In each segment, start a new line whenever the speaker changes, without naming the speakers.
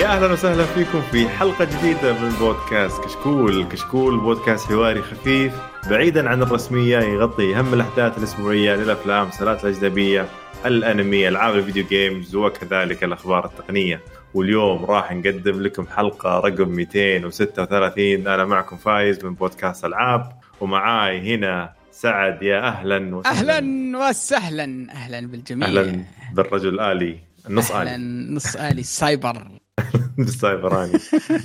يا أهلا وسهلا فيكم في حلقة جديدة من بودكاست كشكول بودكاست حواري خفيف بعيدا عن الرسمية، يغطي أهم الأحداث الأسبوعية للأفلام والمسلسلات الأجنبية، الأنمي، ألعاب الفيديو جيمز، وكذلك الأخبار التقنية. واليوم راح نقدم لكم حلقة رقم 236. أنا معكم فايز من بودكاست ألعاب، ومعاي هنا سعد. يا أهلا وسهلا.
أهلا وسهلا. أهلا بالجميع.
أهلا بالرجل الآلي، النص آلي،
نص آلي السايبر
السايبراني.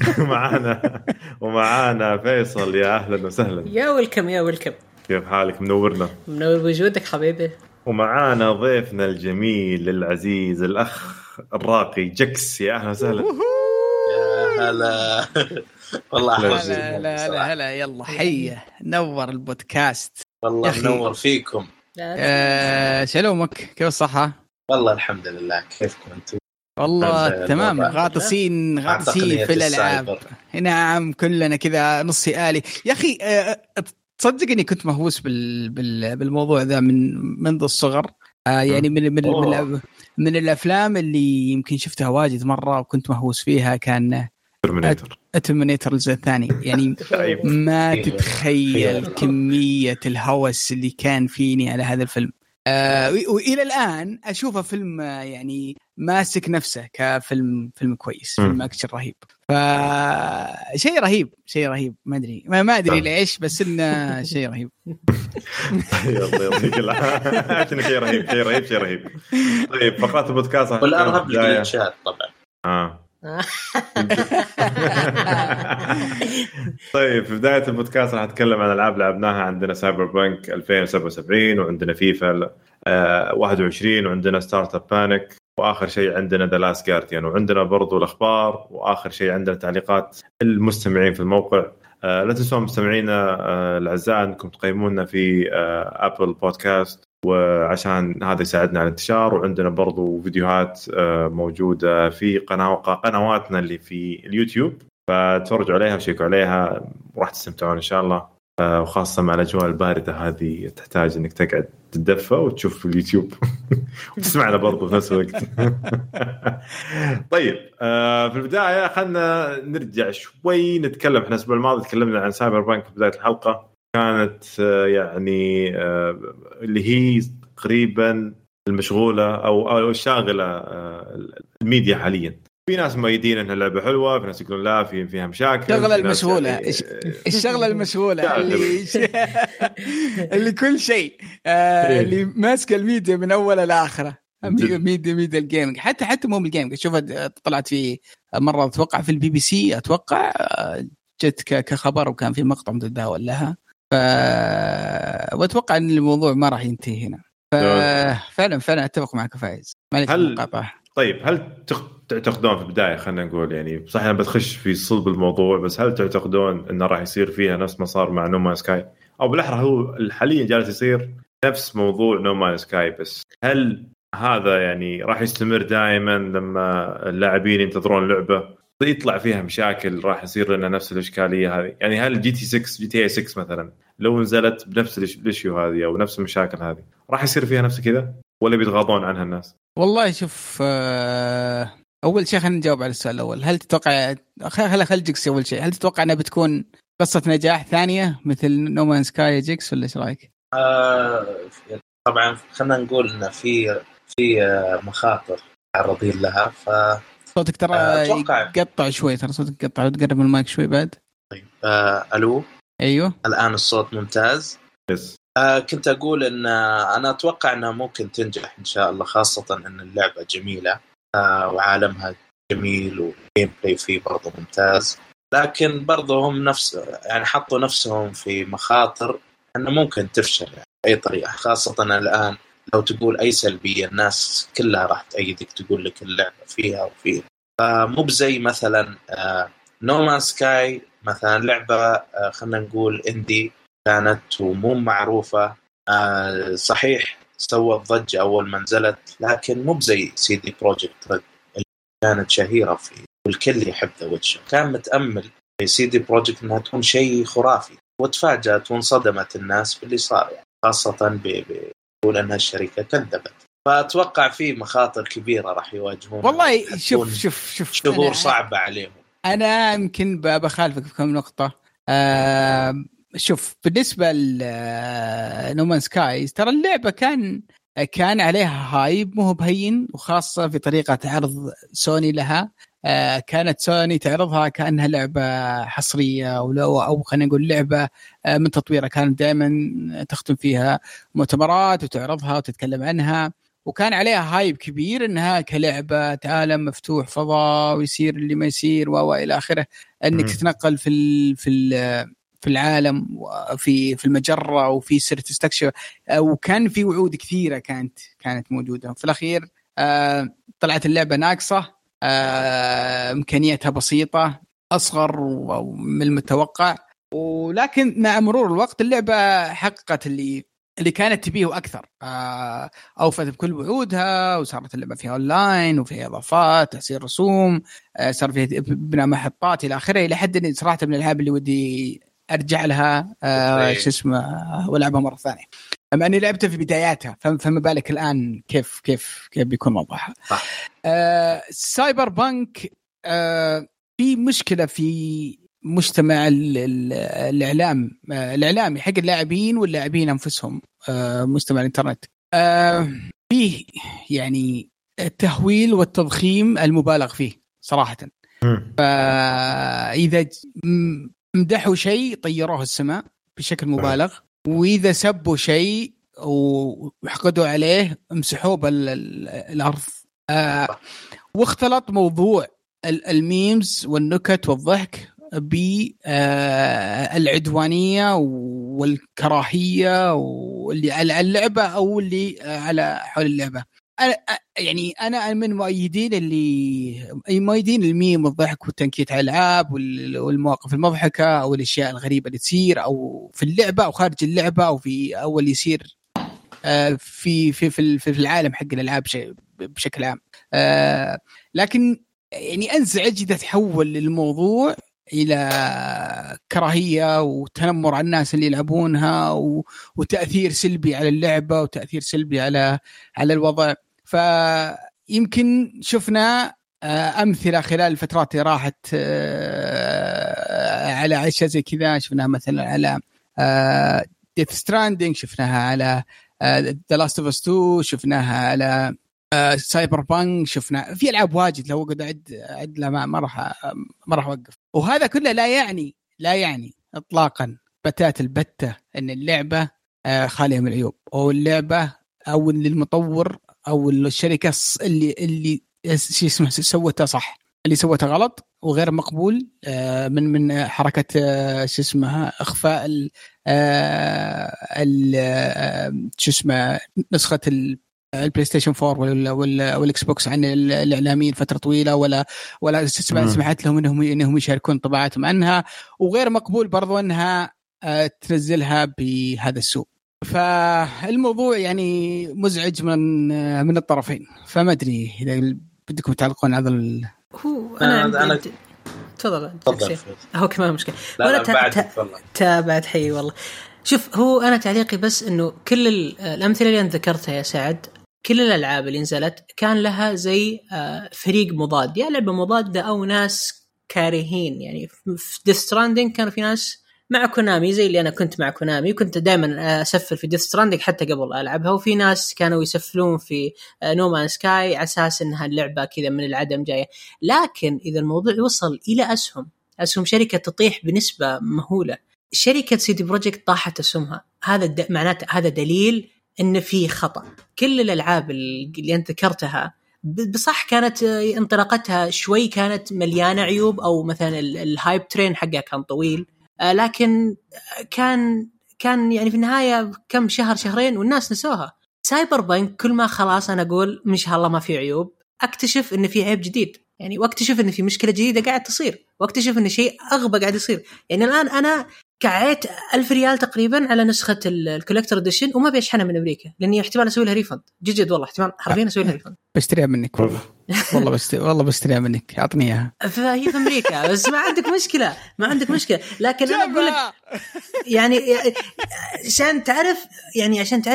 ومعانا فيصل. يا أهلا وسهلا.
يا ويلكم.
كيف حالك؟ منور
وجودك حبيبي.
ومعانا ضيفنا الجميل العزيز الأخ الراقي جكس. يا أهلا وسهلا.
يا هلا. والله
هلا يلا حية نور البودكاست.
والله منور فيكم.
شلومك؟ كيف الصحة؟
والله الحمد لله. كيفكم أنتم؟
والله تمام. غاطسين في الألعاب. نعم كلنا كذا نص آلي يا أخي. تصدق إني كنت مهووس بالموضوع ذا منذ الصغر. يعني من الأفلام اللي يمكن شفتها واجد مرة وكنت مهووس فيها كان ترمينيتر الجزء الثاني. يعني ما تتخيل كمية الهوس اللي كان فيني على هذا الفيلم. وإلى الآن أشوفه فيلم يعني ماسك نفسه كفيلم كويس، فيلم أكشن رهيب. فشيء رهيب ما أدري ليش، بس إنه شيء رهيب.
يلا يعطيك العافية. شيء رهيب. طيب فقرات البودكاست
والأرهب الجليتشات طبعا.
طيب في بداية البودكاست راح أتكلم عن ألعاب لعبناها. عندنا سايبر بانك 2077، وعندنا فيفا 21، وعندنا ستارت اب بانيك، وآخر شيء عندنا ذا لاست جارديان، وعندنا برضو الأخبار، وآخر شيء عندنا تعليقات المستمعين في الموقع. لا تنسوا مستمعينا الأعزاء أنكم تقيمونا في أبل بودكاست، وعشان هذا يساعدنا على الانتشار. وعندنا برضو فيديوهات موجودة في قنواتنا اللي في اليوتيوب، فتفرجوا عليها وشيكوا عليها وراح تستمتعون إن شاء الله. وخاصة مع الأجواء الباردة هذه تحتاج إنك تقعد تدفى وتشوف في اليوتيوب وتسمعنا برضو في نفس الوقت. طيب في البداية خلنا نرجع شوي نتكلم. احنا الأسبوع الماضي تكلمنا عن سايبر بانك في بداية الحلقة، كانت يعني اللي هي تقريبا المشغولة أو الشاغلة الميديا حاليا. في ناس مؤيدين انها لعبه حلوه، في ناس يقولون لا فيها مشاكل.
الشغله المشغوله يعني الشغله المشغوله اللي كل شيء اللي ماسك الميديا من اول لاخره. ميديا الجيمنج، حتى مو بالجيمنج. شوفها طلعت في مره اتوقع في البي بي سي، اتوقع جت كخبر وكان في مقطع متداول لها. واتوقع ان الموضوع ما راح ينتهي هنا. فعلا اتفق معك فايز.
طيب هل تعتقدون في البداية، خلينا نقول يعني صح أنا بتخش في صلب الموضوع، بس هل تعتقدون إنه راح يصير فيها نفس ما صار مع نومان سكاي، أو بالأحرى هو حاليا جالس يصير نفس موضوع نومان سكاي، بس هل هذا يعني راح يستمر دائما لما اللاعبين ينتظرون اللعبة يطلع فيها مشاكل راح يصير لنا نفس الإشكالية هذه؟ يعني هل جي تي 6 مثلا لو نزلت بنفس الإشيو هذه أو نفس المشاكل هذه راح يصير فيها نفس كذا، ولا بيتغاضون عنها الناس؟
والله شوف، أول شيء خلينا نجاوب على السؤال الأول. هل تتوقع خل جيكس أول شيء، هل تتوقع أنها بتكون قصة نجاح ثانية مثل نومان سكاي جيكس، ولا إيش رأيك؟
طبعا خلينا نقول إن في مخاطر عرضين لها.
صوتك ترى يقطع شوي، ترى صوتك يقطع. تقرب من المايك شوي بعد.
طيب ألو.
أيوه
الآن الصوت ممتاز.
بس
كنت أقول إن أنا أتوقع أنها ممكن تنجح إن شاء الله، خاصة أن اللعبة جميلة وعالمها جميل والجيم بلاي فيه برضه ممتاز، لكن برضه هم يعني حطوا نفسهم في مخاطر أنه ممكن تفشل يعني بأي طريقة، خاصة الآن لو تقول أي سلبية الناس كلها راح تأيدك، تقول لك اللعبة فيها وفيها. فمو بزي مثلا نومان سكاي مثلا لعبة خلينا نقول اندي كانت ومو معروفة. صحيح سوت ضجة أول ما نزلت، لكن مو بزي سي دي بروجكت ريد اللي كانت شهيرة فيه والكل يحب ذا ويتشر. كان متأمل في سي دي بروجكت أنها تكون شيء خرافي، وتفاجأت وانصدمت الناس باللي صار يعني، خاصة بيقول أنها الشركة كذبت. فأتوقع في مخاطر كبيرة راح يواجهون.
والله شوف
شهور صعبة عليهم.
أنا يمكن بخالفك في كم نقطة. شوف بالنسبة لنومان سكايز ترى اللعبة كان عليها هايب مو بهين، وخاصة في طريقة عرض سوني لها. كانت سوني تعرضها كأنها لعبة حصرية أو خلينا نقول لعبة من تطويرها، كانت دائما تختم فيها مؤتمرات وتعرضها وتتكلم عنها، وكان عليها هايب كبير إنها كلعبة عالم مفتوح فضاء ويصير اللي ما يصير وإلى آخره، إنك تتنقل في العالم وفي المجرة وفي سر تستكشف، وكان في وعود كثيرة كانت موجودة. في الأخير طلعت اللعبة ناقصة، إمكانياتها بسيطة، أصغر من المتوقع، ولكن مع مرور الوقت اللعبة حققت اللي كانت تبيه وأكثر. أوفت بكل وعودها، وصارت اللعبة فيها أونلاين وفيها إضافات، تحسين رسوم، صار فيها بناء محطات إلى آخره، إلى حد إن صراحة من الألعاب اللي ودي أرجع لها ولعبها مرة ثانية، أما أني لعبتها في بداياتها، فما بالك الآن كيف بيكون وضعها. سايبر بانك في مشكلة في مجتمع الإعلامي حق اللاعبين واللاعبين أنفسهم، مجتمع الإنترنت فيه يعني التهويل والتضخيم المبالغ فيه صراحة. فإذا مدحوا شيء طيروه السماء بشكل مبالغ، وإذا سبوا شيء وحقدوا عليه مسحوه بالأرض. واختلط موضوع الميمز والنكت والضحك بالعدوانية والكراهية واللي على اللعبة أو اللي على حول اللعبة. أنا من مؤيدين الميم والضحك والتنكيت على الألعاب والمواقف المضحكة أو الأشياء الغريبة اللي تصير أو في اللعبة أو خارج اللعبة أو في أول يصير في العالم حق الألعاب بشكل عام. لكن يعني أنزعج إذا تحول الموضوع إلى كراهية وتنمر على الناس اللي يلعبونها وتأثير سلبي على اللعبة وتأثير سلبي على الوضع. فيمكن شفنا أمثلة خلال الفترات اللي راحت على أشياء زي كذا. شفناها مثلا على Death Stranding، شفناها على The Last of Us 2، شفناها على سايبر بانك، شفنا في ألعاب واجد لو قد أعد لا ما راح أوقف. وهذا كله لا يعني إطلاقا البتة أن اللعبة خالية من العيوب، أو اللعبة أو المطور أو الشركة اللي سوتها صح، اللي سوتها غلط وغير مقبول من حركة إخفاء نسخة البلاي ستيشن 4 والاكس بوكس عن الاعلاميين فتره طويله، ولا سمحت لهم انهم يشاركون طباعتهم عنها، وغير مقبول برضو انها تنزلها بهذا السوء. فالموضوع يعني مزعج من الطرفين. فما ادري اذا بدكم تعلقون على
هو انا تفضل هو كمان مشكله ولا بعد حي والله. شوف، هو أنا تعليقي بس إنه كل الأمثلة اللي أنت ذكرتها يا سعد، كل الألعاب اللي نزلت كان لها زي فريق مضاد، يا لعبة مضادة أو ناس كارهين. يعني في Death Stranding كانوا في ناس مع كونامي زي اللي أنا كنت مع كونامي، كنت دائما أسفل في Death Stranding حتى قبل ألعبها، وفي ناس كانوا يسفلون في No Man's Sky على أساس إنها اللعبة كذا من العدم جاية. لكن إذا الموضوع وصل إلى أسهم شركة تطيح بنسبة مهولة، شركة CD Projekt طاحت أسهمها، هذا معناته هذا دليل إن في خطأ. كل الألعاب اللي أنت ذكرتها بصح كانت انطلاقتها شوي كانت مليانة عيوب، أو مثلا الهايب ترين حقها كان طويل، لكن كان يعني في النهاية كم شهرين والناس نسوها. سايبر بانك كل ما خلاص أنا أقول مش هالله ما في عيوب، أكتشف إن في عيب جديد، يعني واكتشف إن في مشكلة جديدة قاعد تصير، واكتشف إن شيء أغبى قاعد يصير. يعني الآن أنا كعيت 1000 ريال تقريبا على نسخة الكولكتر إديشن وما بيشحنها من أمريكا، لأني احتمال أسوي لها ريفند جد والله، احتمال حرفيا أسوي لها ريفند. بشتريها منك والله بستريها منك، أعطني إياها. فهي في أمريكا بس ما عندك مشكلة. لكن أنا أقول لك يعني عشان تعرف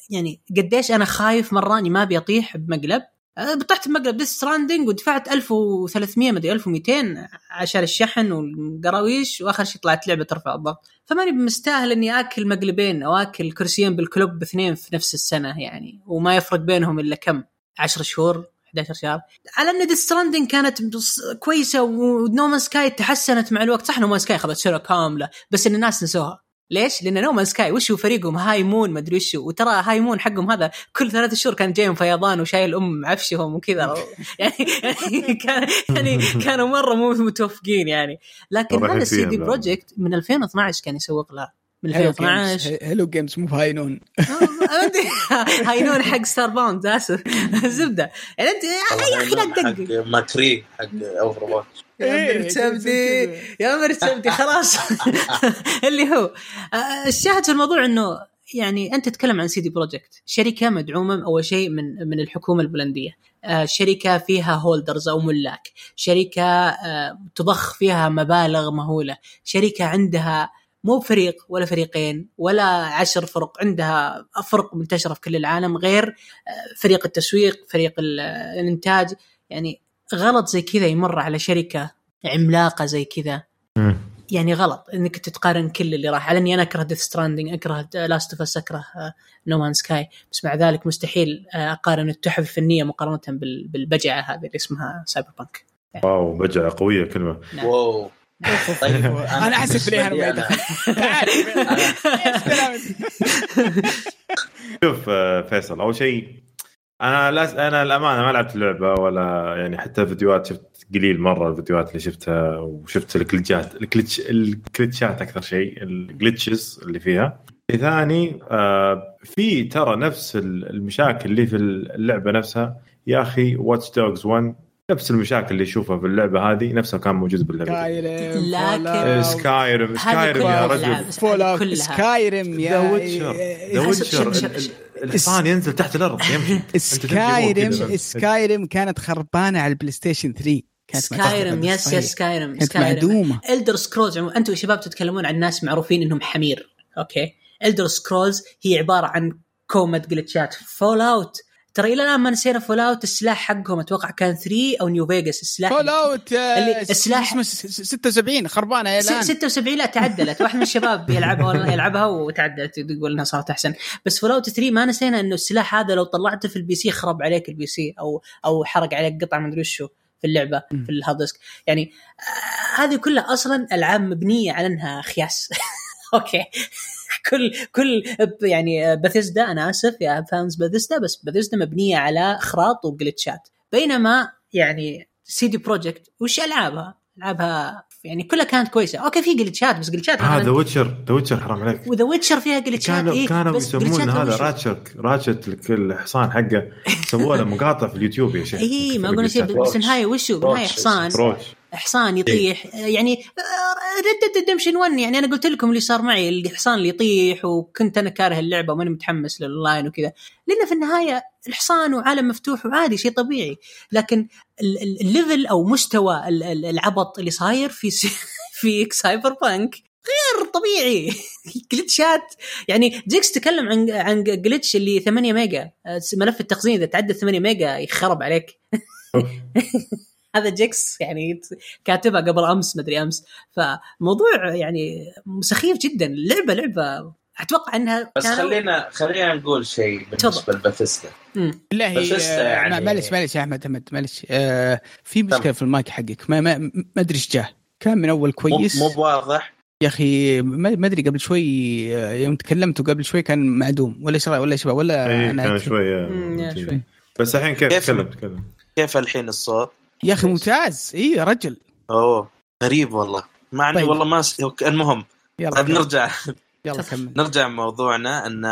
يعني قديش انا خايف مره اني ما بيطيح بمقلب. طحت بمقلب ديث ستراندينج ودفعت 1300 مدري 1200 عشان الشحن والقراويش، واخر شيء طلعت لعبه ترفع الضغط. فماني مستاهل اني اكل مقلبين او اكل كرسيين بالكلوب باثنين في نفس السنه يعني، وما يفرق بينهم الا كم 10 شهور 11 شهر. على ان ديث ستراندينج كانت كويسه ونومان سكاي تحسنت مع الوقت. صح نومان سكاي اخذت سنه كامله بس ان الناس نسوها. ليش؟ لأن نومان سكاي وشو فريقهم هايمون ما أدري وشو، وترى هايمون حقهم هذا كل 3 شهور كان جايهم فيضان وشايل عفشهم وكذا يعني كانوا مرة مو متوفقين يعني. لكن هذا سي دي بروجكت من 2012 كان يسوق لها، من 2012
هلو جيمز مو هاينون
هاينون حق ستار باوند اسف زبده يعني. انت يا اخي لا تدق
حق ماكري حق اوفر
يا مرتبدي خلاص اللي هو الشاهد في الموضوع انه يعني انت تتكلم عن سي دي بروجكت، شركه مدعومه اول شيء من الحكومه البولنديه، شركه فيها هولدرز او ملاك، شركه تضخ فيها مبالغ مهوله، شركه عندها مو فريق ولا فريقين ولا 10 فرق، عندها فرق منتشرة في كل العالم غير فريق التسويق فريق الانتاج. يعني غلط زي كذا يمر على شركة عملاقة زي كذا، يعني غلط انك تتقارن كل اللي راح. على اني انا اكره ديث ستراندينج، اكره لاست اوف اس، اكره نومان سكاي، بس مع ذلك مستحيل اقارن التحف الفنية مقارنة بالبجعة هذه اللي اسمها سايبر بانك.
واو بجعة قوية كلمة.
نعم.
واو
طيب انا احسب ليه انا
شوف فيصل، اول شيء انا الامانه ما لعبت اللعبه ولا يعني حتى فيديوهات شفت قليل مره، الفيديوهات اللي شفتها وشفت الكليتشات اكثر شيء الجلitches اللي فيها. ثاني في ترى نفس المشاكل اللي في اللعبه نفسها يا اخي. واتش دوغز 1 نفس المشاكل اللي يشوفها في اللعبة هذه نفسها كان موجود باللعبة.
لكن
سكايرم يا رجل،
فول سكايرم يا
دويتشر الحصان ينزل تحت الأرض يمشي.
سكايرم كانت خربانة على البلاي ستيشن 3.
سكايرم يس سكايرم
معدومة.
إلدر سكرولز أنتوا يا شباب تتكلمون عن ناس معروفين إنهم حمير. أوكي إلدر سكرولز هي عبارة عن كومة جلتشات. فول أوت ترى إلى الآن ما نسينا فول أوت السلاح حقهم أتوقع كان 3 أو نيو فيغاس. السلاح
فول أوت
السلاح
اسمه 76 خربانة يا الآن
76 لا تعدلت. واحد من الشباب يلعبها وتعدلت يقول إنها صارت أحسن. بس فول أوت 3 ما نسينا إنه السلاح هذا لو طلعته في البي سي خرب عليك البي سي أو حرق عليك قطع ما أدري شو في اللعبة في الهارد ديسك يعني. هذه كلها أصلا ألعاب مبنية على إنها خياس. أوكي كل يعني بثيسدا أنا آسف يا فانز بثيسدا، بس بثيسدا مبنية على خراط وجلتشات، بينما يعني سي دي بروجكت وش ألعابها يعني كلها كانت كويسة. أوكي في جلتشات بس جلتشات
هذا ويتشر حرام عليك.
وذا ويتشر فيها جلتشات
كانوا يسمون هذا راتشت الحصان حقه سووا له مقاطع في اليوتيوب يا شيخ.
ما قلنا شيء بس النهاية وشو النهاية حصان يطيح يعني Red Dead Redemption 1 يعني أنا قلت لكم اللي صار معي الحصان اللي يطيح وكنت أنا كاره اللعبة وماني متحمس لللاين وكذا، لأن في النهاية الحصان وعالم مفتوح وعادي شيء طبيعي. لكن الليفل أو مستوى العبط اللي صاير في سايبر بانك غير طبيعي. جلتشات يعني جيكس تكلم عن جلتش اللي 8 ميجا ملف التخزين إذا تعدى 8 ميجا يخرب عليك. هذا جيكس يعني كاتبها قبل أمس مدري أمس. فموضوع يعني سخيف جدا. لعبة أتوقع أنها
بس خلينا نقول شيء بالنسبة لبثيسدا.
لا هي يعني معلش يا أحمد معلش في مشكلة في المايك حقك ما أدري إيش جاه كان من أول كويس
مو واضح
يا أخي. ما أدري قبل شوي يوم تكلمت وقبل شوي كان معدوم ولا شباب ولا أنا
كان شوي بس الحين كيف تكلم
كيف الحين الصوت
يا أخي ممتاز. إيه يا رجل
غريب والله معني طيب. والله ما المهم طيب نرجع موضوعنا أن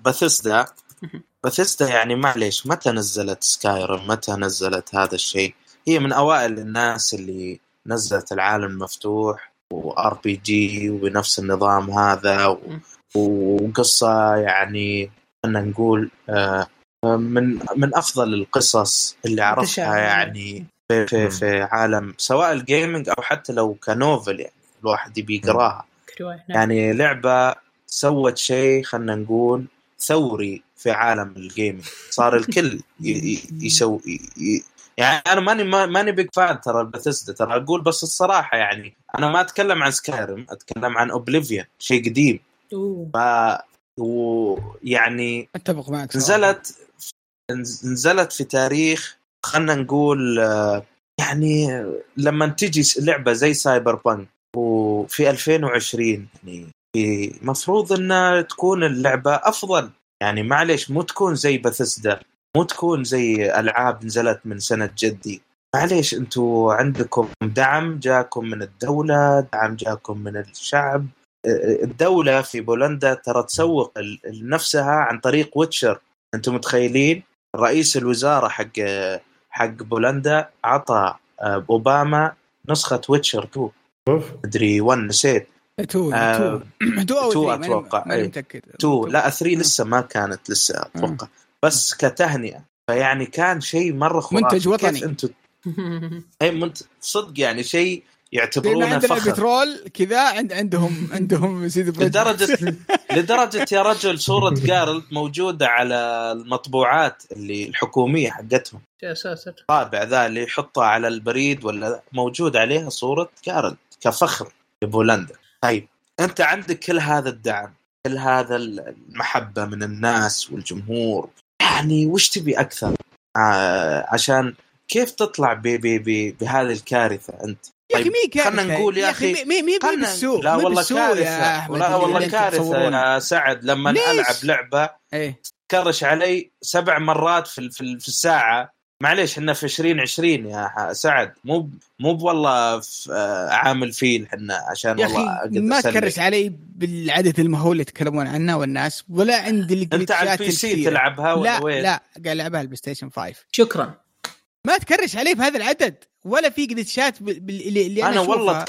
بثيسدا يعني معليش متى نزلت سكايرم متى نزلت هذا الشيء. هي من أوائل الناس اللي نزلت العالم المفتوح وRPG وبنفس النظام هذا وقصة يعني أنا نقول من أفضل القصص اللي عرفتها يعني في عالم سواء الجيمينج أو حتى لو كنوفل يعني الواحد يبي يقراها. يعني لعبة سوت شيء خلنا نقول ثوري في عالم الجيمنج. صار الكل يسوي يعني انا ماني بيج فان ترى بثيسدا، ترى اقول بس الصراحه يعني انا ما اتكلم عن سكايرم، اتكلم عن اوبليفيون، شيء قديم. يعني
اتفق معك،
نزلت في تاريخ خلنا نقول يعني لما تجي لعبه زي سايبر بانك وفي 2020 يعني مفروض ان تكون اللعبه افضل، يعني معليش مو تكون زي بثيسدا، مو تكون زي ألعاب نزلت من سنة جدي. معليش أنتوا عندكم دعم جاكم من الدولة، دعم جاكم من الشعب. الدولة في بولندا ترى تسوق لنفسها عن طريق ويتشر. أنتوا متخيلين رئيس الوزارة حق بولندا عطى أوباما نسخة ويتشر 2 أدري 1 نسيت
2 أتوقع
2 لا 3 لسه ما كانت لسه أتوقع بس كتهنئة. فيعني كان شيء مرة خرافي،
منتج وطني.
انتوا اي صدق يعني شيء يعتبرونه فخر.
بترول كذا عندهم
لدرجة يا رجل صورة جارلد موجودة على المطبوعات اللي الحكومية حقتهم.
يا ساتر،
طابع ذا اللي يحطها على البريد ولا موجود عليها صورة جارلد كفخر لبولندا. طيب انت عندك كل هذا الدعم، كل هذا المحبة من الناس والجمهور، يعني وش تبي أكثر عشان كيف تطلع بهذه الكارثة أنت؟
يا أخي مي كارثة،
خلنا نقول يا أخي
مي بالسوء.
لا والله كارثة، لا والله كارثة يا سعد. لما ألعب لعبة تكرش علي 7 مرات في الساعة، معليش إحنا في 2020 يا سعد، مو والله عامل فيل حنا عشان والله
ما تكرش علي بالعدد المهول اللي يتكلمون عنه والناس، ولا عندي
انت على البي سي تلعبها ولا وين؟
لا قاعد العبها البلاي ستيشن 5.
شكرا.
ما تكرش علي بهذا العدد ولا في جلتشات اللي
انا والله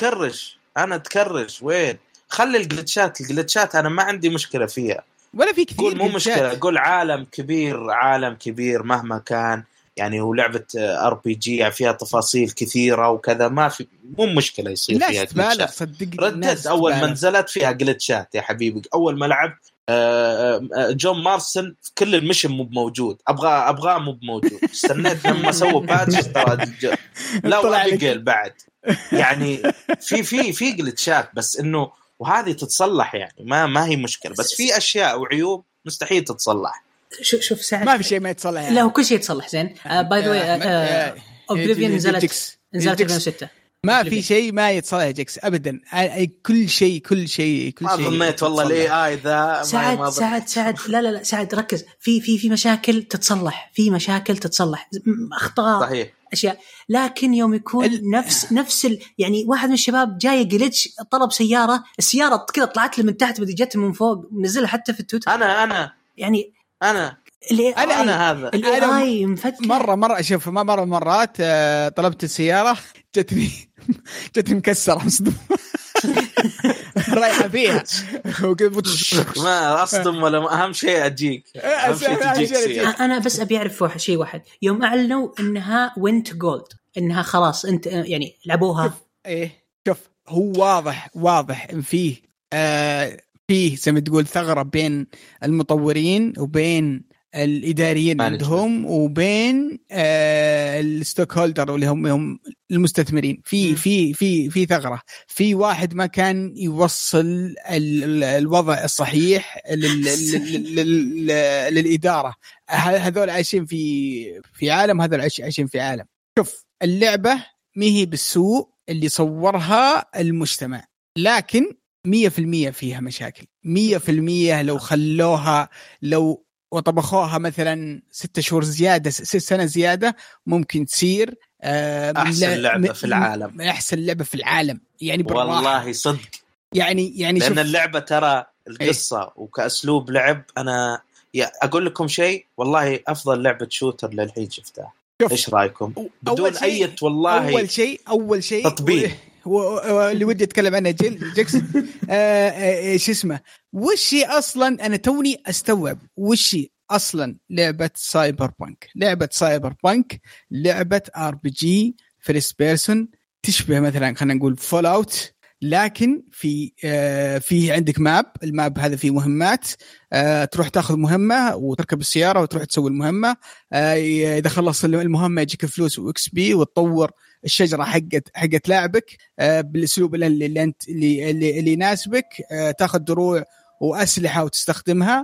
تكرش وين؟ خلي الجلتشات انا ما عندي مشكلة فيها
ولا في كثير.
مو مشكلة، اقول عالم كبير مهما كان يعني، ولعبة RPG فيها تفاصيل كثيرة وكذا، ما في مو مشكلة يصير فيها جلتشات. ردت أول ما نزلت فيها جلتشات يا حبيبي. أول ما لعب جون مارسن كل المشن مو موجود، أبغاه مو موجود. استنيت لما سووا باتش لا وابيجيل بعد يعني في جلتشات، بس إنه وهذه تتصلح يعني ما هي مشكلة، بس في أشياء وعيوب مستحيل تتصلح.
شوف ساعد
ما في شيء ما يتصلح يعني.
لا وكل شيء يتصلح زين. باي ذا واي اوبليفيون نزلت 2006.
ما في شيء ما يتصلح جكس ابدا. كل شيء
ما ظنيت والله الاي اي ذا.
سعد لا سعد ركز. في مشاكل تتصلح، في مشاكل تتصلح، اخطاء
صحيح
اشياء. لكن يوم يكون نفس يعني واحد من الشباب جاي جلتش طلب السياره كذا طلعت له من تحت بدي جت من فوق، نزلها حتى في التويتر.
انا
يعني
انا هذا
الاي مفكر
مره اشوف مرات طلبت السياره جتني مكسره مصدوم رايحه فيها
ما اصدم ولا اهم شيء اجيك
انا بس ابي اعرف شيء واحد. يوم اعلنوا انها وينت جولد، انها خلاص انت يعني لعبوها.
شوف هو واضح ان فيه زي ما تقول ثغرة بين المطورين وبين الإداريين عندهم وبين الستوك هولدر اللي هم المستثمرين. في ثغرة، في واحد ما كان يوصل الوضع الصحيح للإدارة. هذول عايشين في عالم، هذول عايشين في عالم. شوف اللعبة مهي بالسوء اللي صورها المجتمع، لكن 100% فيها مشاكل. 100% لو خلوها وطبخوها مثلا 6 شهور زيادة، 6 سنة زيادة، ممكن تصير
أحسن لعبة في العالم.
أحسن لعبة في العالم يعني بالراحة.
والله صدق
يعني
لأن اللعبة ترى القصة وكأسلوب لعب. أنا أقول لكم شيء والله أفضل لعبة شوتر للحين شفتها. إيش رأيكم؟ بدون أي والله
أول شيء
تطبيق
اللي ودي أتكلم عنه جكس شو اسمه، وشي أصلا أنا توني أستوعب وشي أصلا لعبة سايبر بانك لعبة RPG فيرست بيرسون، تشبه مثلا خلينا نقول فول أوت، لكن في عندك الماب هذا فيه مهمات، تروح تاخذ مهمة وتركب السيارة وتروح تسوي المهمة، إذا خلص المهمة يجيك فلوس وإكس بي، وتطور الشجرة حقت لاعبك بالأسلوب اللي يناسبك، تاخذ دروع وأسلحة وتستخدمها.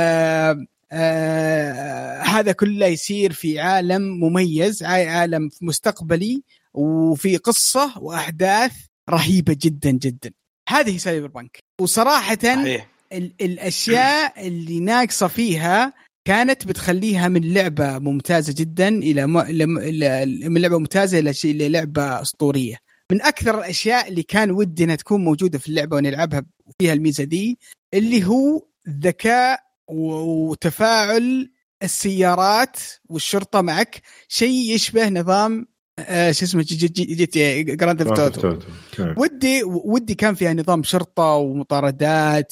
هذا كله يصير في عالم مميز، عالم مستقبلي، وفي قصة وأحداث رهيبة جدا جدا. هذه سايبر بانك. وصراحة الأشياء اللي ناقصة فيها كانت بتخليها من لعبة ممتازة جدا من لعبة ممتازة إلى لعبة أسطورية. من أكثر الأشياء اللي كان ودي أنها تكون موجودة في اللعبة ونلعبها فيها الميزة دي، اللي هو ذكاء وتفاعل السيارات والشرطة معك، شيء يشبه نظام شو اسمه جيت جراند ثيفت اوتو. ودي كان فيها نظام شرطة ومطاردات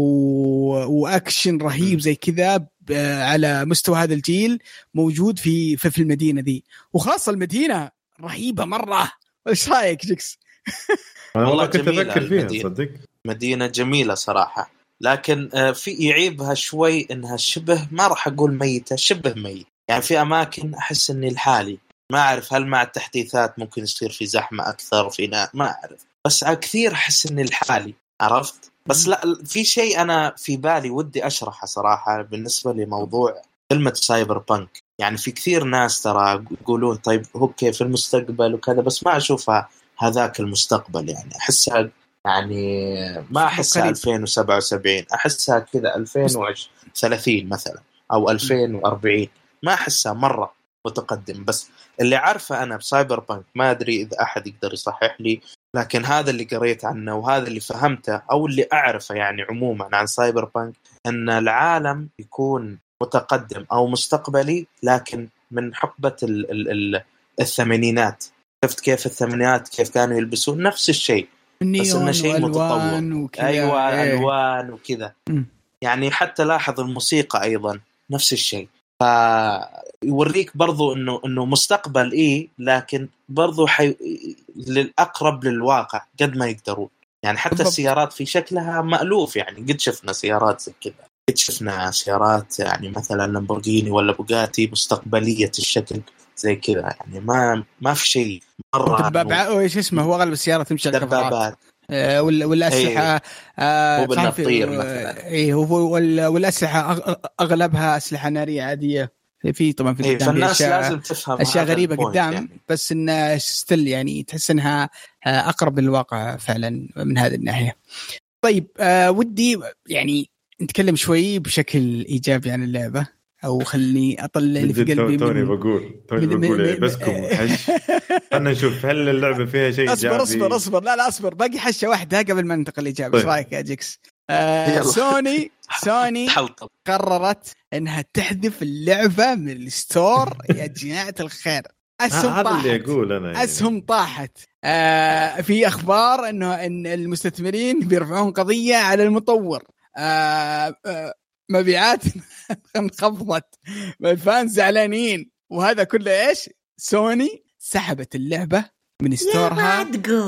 واكشن رهيب زي كذا على مستوى هذا الجيل موجود في المدينة دي، وخاصة المدينة رهيبة مرة. ايش رايك جيكس؟
والله كنت افكر فيها، صدق
مدينة جميلة صراحة، لكن في يعيبها شوي انها شبه، ما راح اقول ميتة، شبه ميت. يعني في اماكن احس اني الحالي ما اعرف هل مع التحديثات ممكن يصير في زحمة اكثر فينا، ما اعرف، بس كثير احس اني الحالي، عرفت؟ بس لا، في شيء انا في بالي ودي اشرحه صراحة بالنسبة لموضوع كلمة سايبر بانك. يعني في كثير ناس ترى يقولون طيب هو كيف في المستقبل وكذا، بس ما اشوفها هذاك المستقبل. يعني احسها، يعني ما أحسها 2077، أحسها كذا 2030 مثلا أو 2040، ما أحسها مرة متقدم. بس اللي عارفه أنا بسايبر بانك، ما أدري إذا أحد يقدر يصحح لي، لكن هذا اللي قريت عنه وهذا اللي فهمته أو اللي أعرفه يعني عموما عن سايبر بانك، أن العالم يكون متقدم أو مستقبلي، لكن من حقبة الثمانينات. شفت كيف الثمانينات كيف كانوا يلبسون نفس الشيء، بس إنه شيء متطور. أيوة ألوان وكذا. يعني حتى لاحظ الموسيقى أيضا نفس الشيء، فيوريك برضو إنه مستقبل لكن برضو للأقرب للواقع قد ما يقدرون. يعني حتى السيارات في شكلها مألوف، يعني قد شفنا سيارات زي كذا، قد شفنا سيارات يعني مثلا لامبورغيني ولا بوغاتي مستقبلية الشكل زي كذا. يعني ما في شيء مرة
ايش اسمه، هو اغلب السيارات تمشي على الكفرات ولا اسلحه
مو بالنطير مثلا.
والاسلحه اغلبها اسلحه ناريه عاديه. في طبعا في
فالناس لازم تفهم
اشياء غريبه قدام
يعني.
بس ان ستيل يعني تحس انها اقرب للواقع فعلا من هذه الناحيه. طيب ودي يعني نتكلم شوي بشكل ايجابي عن اللعبه، او خلني اطلع اللي في قلبي.
توني بقول بسكم حش. خلنا نشوف هل اللعبه فيها شيء ايجابي.
اصبر لا اصبر، باقي حشه واحده قبل ما ننتقل الايجابي. ايش رايك يا جيكس؟ سوني قررت انها تحذف اللعبه من الستور. يا جماعه الخير،
هذا اللي اقول انا يعني.
اسهم طاحت. في اخبار ان المستثمرين بيرفعون قضيه على المطور. مبيعات انخفضت، الفانز زعلانين، وهذا كله ايش؟ سوني سحبت اللعبة من ستورها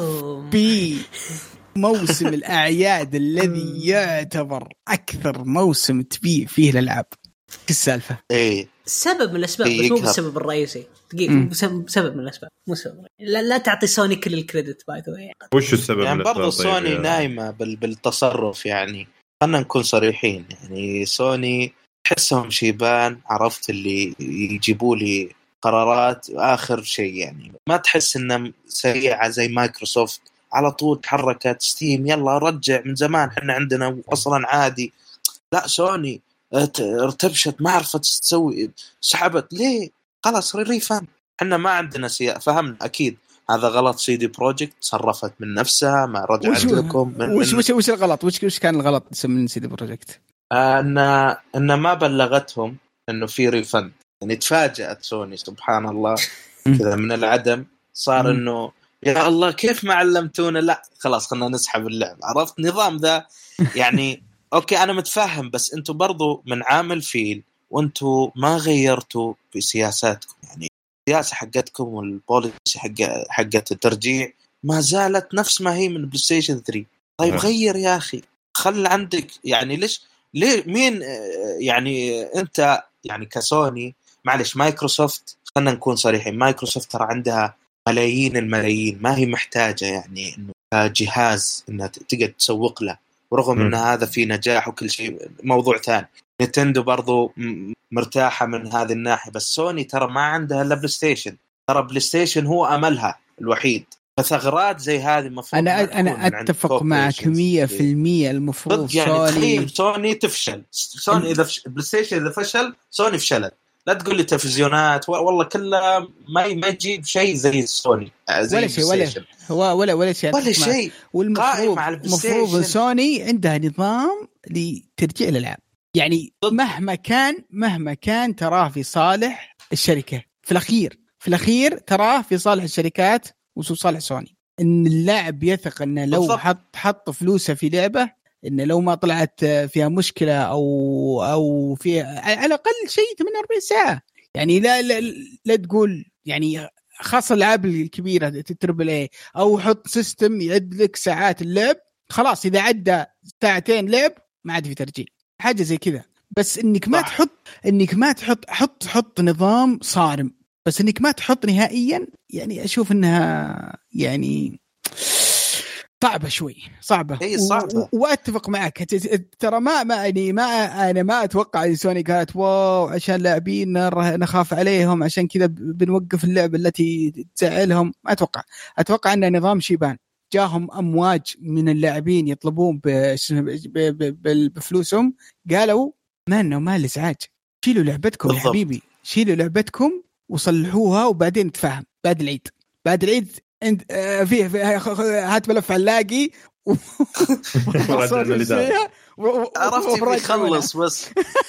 بموسم الأعياد الذي يعتبر أكثر موسم تبيع فيه الألعاب. السالفة
سبب من الأسباب، بس مو السبب الرئيسي. دقيقة، سبب من الأسباب، مو سبب. لا تعطي سوني كل الكريدت باي ذا واي.
وش السبب؟
يعني برضو سوني نايمة بالتصرف. يعني خلنا نكون صريحين، يعني سوني تحسهم شيبان، عرفت، اللي يجيبوا لي قرارات آخر شيء. يعني ما تحس إنه سريعة زي مايكروسوفت، على طول تحركت ستيم يلا رجع من زمان إحنا عندنا أصلا عادي. لا، سوني ارتبشت، ما عرفت تسوي، سحبت ليه؟ خلاص ريفان، إحنا ما عندنا فهمنا أكيد هذا غلط. سيدي بروجكت صرفت من نفسها، ما رجعت لكم.
وش الغلط؟ وش كان الغلط من سيدي بروجكت؟
إن ما بلغتهم إنه في ريفند. يعني تفاجأت سوني سبحان الله كذا من العدم، صار إنه يا الله كيف ما علمتونا، لا خلاص خلنا نسحب اللعبة. عرفت نظام ذا يعني. أوكي أنا متفاهم، بس أنتوا برضو من عامل فيل وأنتوا ما غيرتوا بسياساتكم. يعني السياسة حقتكم والبوليسي حقت الترجيع ما زالت نفس ما هي من بلاي ستيشن 3. طيب غير يا أخي، خل عندك يعني ليه مين يعني أنت يعني كسوني معلش مايكروسوفت، خلنا نكون صريحين، مايكروسوفت ترى عندها ملايين الملايين، ما هي محتاجة يعني إنه جهاز إنها تقدر تسوق له، ورغم إن هذا فيه نجاح وكل شيء موضوع ثاني. نينتندو برضو مرتاحة من هذه الناحية، بس سوني ترى ما عندها إلا بلاي ستيشن، ترى بلاي ستيشن هو أملها الوحيد. فثغرات زي هذه المفروض
أنا أتفق معك 100%. المفروض
يعني سوني تفشل، سوني إذا بلاي ستيشن إذا فشل سوني فشلت. لا تقول لي تلفزيونات والله كلها ما يجيب شيء زي سوني، زي
ولا شيء. والمفروض سوني عندها نظام لترجيع الألعاب، يعني مهما كان تراه في صالح الشركة في الأخير تراه في صالح الشركات وصالح سوني، إن اللاعب يثق إنه لو حط فلوسه في لعبة، إن لو ما طلعت فيها مشكلة أو فيها على الأقل شيء 48 ساعة، يعني لا تقول يعني خاصة الألعاب الكبيرة تتربل ايه، أو حط سيستم يعد لك ساعات اللعب، خلاص إذا عدى ساعتين لعب ما عاد في ترجيع، حاجة زي كذا. بس إنك ما تحط نظام صارم، بس إنك ما تحط نهائيا، يعني أشوف إنها يعني صعبة شوي، صعبة. وأتفق معك ترى أنا ما أتوقع سوني قالت واو عشان لاعبين نخاف عليهم عشان كذا بنوقف اللعبة التي تزعلهم. ما أتوقع أن نظام شيبان جاهم أمواج من اللاعبين يطلبون بفلوسهم، قالوا ما الإزعاج، شيلوا لعبتكم يا حبيبي، شيلوا لعبتكم وصلحوها وبعدين نتفاهم بعد العيد انت فيه هات ملف علاقي
عرفت يخلص بس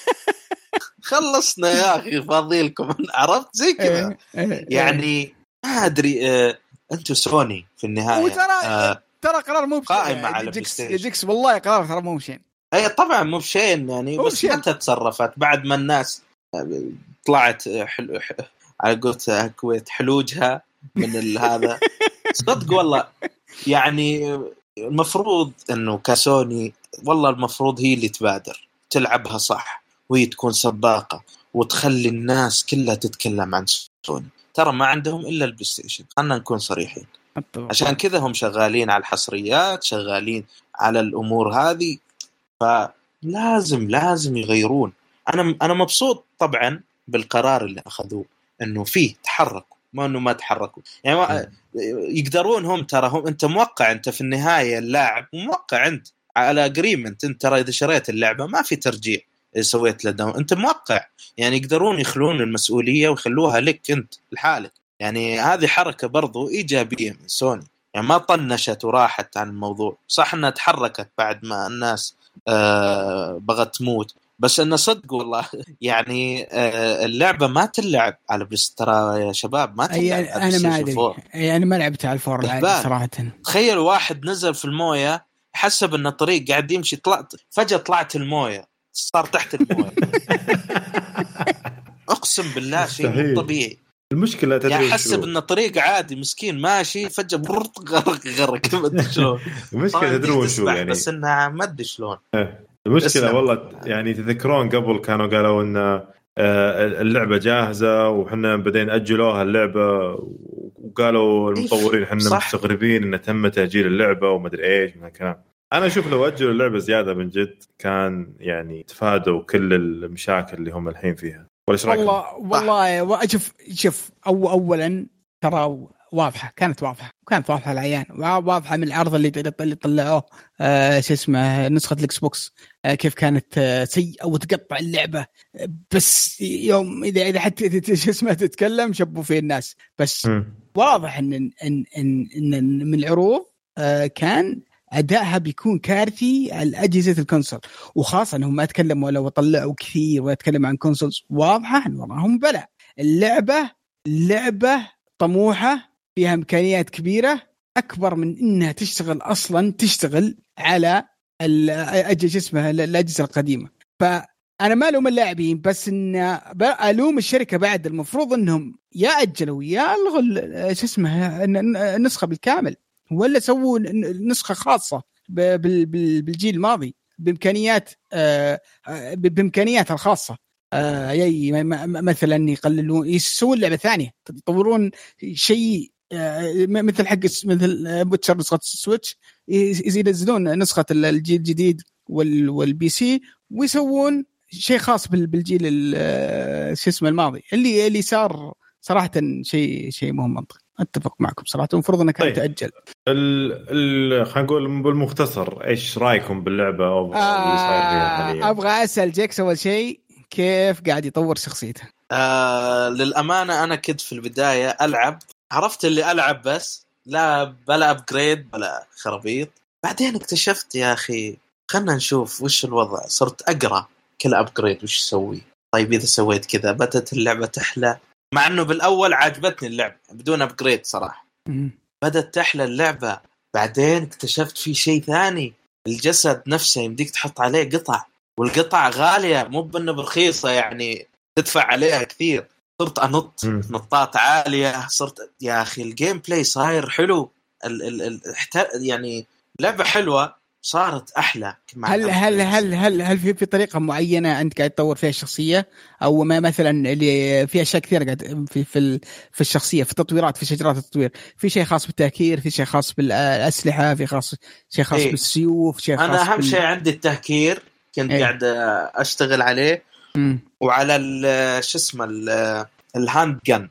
خلصنا يا اخي فاضيلكم، عرفت زي كذا يعني ما ادري. انتوا سوني في النهايه
ترى قرار مو
قائم على
جيكس والله قرار ترى مو مشين.
اي طبعا مو بشين يعني، بس ما تتصرفت بعد ما الناس طلعت على قولت كويت حلوجها من هذا. صدق والله يعني المفروض انه كسوني والله المفروض هي اللي تبادر تلعبها صح، وهي تكون سباقة وتخلي الناس كلها تتكلم عن سوني. ترى ما عندهم الا البلاي ستيشن، خلنا نكون صريحين، عشان كذا هم شغالين على الحصريات، شغالين على الامور هذه، فلازم يغيرون. انا مبسوط طبعا بالقرار اللي اخذوه، انه فيه تحركوا، ما انه ما تحركوا يعني يقدرون هم. ترى هم انت موقع، انت في النهايه اللاعب موقع انت على اجريمنت، انت ترى اذا شريت اللعبه ما في ترجيع، اذا سويت له داون انت موقع، يعني يقدرون يخلون المسؤوليه ويخلوها لك انت لحالك. يعني هذه حركه برضو ايجابيه من سوني، يعني ما طنشت وراحت عن الموضوع. صح انها تحركت بعد ما الناس بغت تموت، بس أنا صدق والله يعني اللعبة ما تلعب على ترى يا شباب ما تلعب.
أنا ما أدري يعني ما لعبت على الفور صراحة.
تخيل واحد نزل في الموية حسب أن الطريق قاعد يمشي، فجأة طلعت الموية صار تحت الموية. أقسم بالله شيء مو طبيعي.
المشكلة تدري
يعني حسب أن الطريق عادي مسكين ماشي فجأة غرق ما أدري شلون.
المشكلة تدري شو يعني،
بس إنها ما أدري شلون.
المشكلة والله يعني تذكرون قبل كانوا قالوا إن اللعبة جاهزة وحنا بدينا أجلوها اللعبة، وقالوا المطورين حنا مستغربين إن تم تأجيل اللعبة وما أدري إيش من الكلام. أنا أشوف لو أجلوا اللعبة زيادة من جد كان يعني تفادوا كل المشاكل اللي هم الحين فيها.
والله شوف أولا ترى واضحة، كانت واضحة العيان، واضحة من العرض اللي طلعوه شو اسمه نسخة الإكس بوكس، كيف كانت سيئة وتقطع اللعبة. بس يوم إذا حتى شو اسمه تتكلم شبوا فيه الناس. بس واضح إن من العروض كان أدائها بيكون كارثي على أجهزة الكونسول، وخاصة أنهم ما تكلموا لو طلعوا كثير ويتكلم عن كونسولز، واضحة أن وراهم بلع. اللعبة طموحة فيها إمكانيات كبيرة أكبر من إنها تشتغل على الأجهزة القديمة. فأنا ما ألوم اللاعبين، بس إن ألوم الشركة بعد. المفروض إنهم يا أجلوا يا ألغوا النسخة بالكامل، ولا سووا نسخه خاصه بالجيل الماضي بامكانيات الخاصه. مثلا يقللون يسوون لعبه ثانيه يطورون شيء مثل حق مثل بوتشر نسخه السويتش ينزلون نسخه الجيل الجديد والبي سي ويسوون شيء خاص بالجيل شو اسمه الماضي اللي صار صراحه شيء مهم منطقي. اتفق معكم صراحه المفروض انه كان تاجل.
خلينا نقول بالمختصر ايش رايكم باللعبه او اللي صاير فيها حاليا؟
ابغى اسال جيكس اول شيء كيف قاعد يطور شخصيته؟
للامانه انا كنت في البدايه العب، عرفت اللي العب بس لا بلا ابجريد بلا خرابيط. بعدين اكتشفت يا اخي خلنا نشوف وش الوضع، صرت اقرا كل ابجريد وش اسوي. طيب اذا سويت كذا بدت اللعبه تحلى، مع انه بالاول عجبتني اللعبه بدون ابجريد صراحه. بدت تحلى اللعبه. بعدين اكتشفت في شيء ثاني، الجسد نفسه يمديك تحط عليه قطع، والقطع غاليه مو بانه برخيصه يعني تدفع عليها كثير. صرت انط نطات عاليه، صرت يا اخي الجيم بلاي صاير حلو. يعني لعبه حلوه صارت احلى.
هل في طريقه معينه انت قاعد تطور فيها الشخصيه، او ما مثلا اللي في اشياء كثيره قاعد في الشخصيه، في التطويرات، في شجرات التطوير، في شيء خاص بالتهكير، في شيء خاص بالاسلحه، في شيء خاص بالسيوف، شيء خاص
انا اهم شيء عندي التهكير كنت قاعد اشتغل عليه. وعلى شو اسمه الهاند جن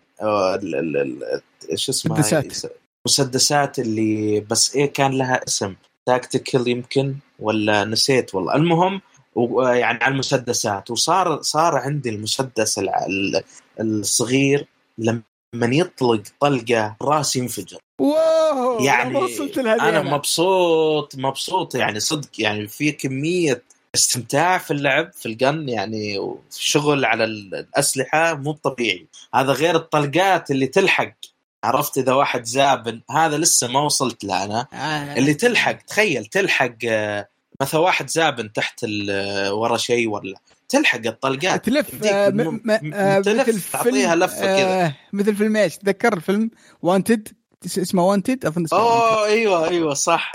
شو اسمه مسدسات اللي بس كان لها اسم تاكتيكال يمكن ولا نسيت والله. المهم يعني على المسدسات، وصار عندي المسدس الصغير لما يطلق طلقة راسي ينفجر. يعني أنا مبسوط يعني صدق، يعني في كمية استمتاع في اللعب في الجن يعني، وفي شغل على الأسلحة مو طبيعي. هذا غير الطلقات اللي تلحق، عرفت إذا واحد زابن هذا لسه ما وصلت له أنا. اللي تلحق، تخيل تلحق مثلا واحد زابن تحت ورا شيء ولا تلحق الطلقات
تلف
تلف تعطيها لفة كذا
مثل فيلم ايش تذكر الفيلم وانتد اسمه وانتد أظن
اسمه ايوه صح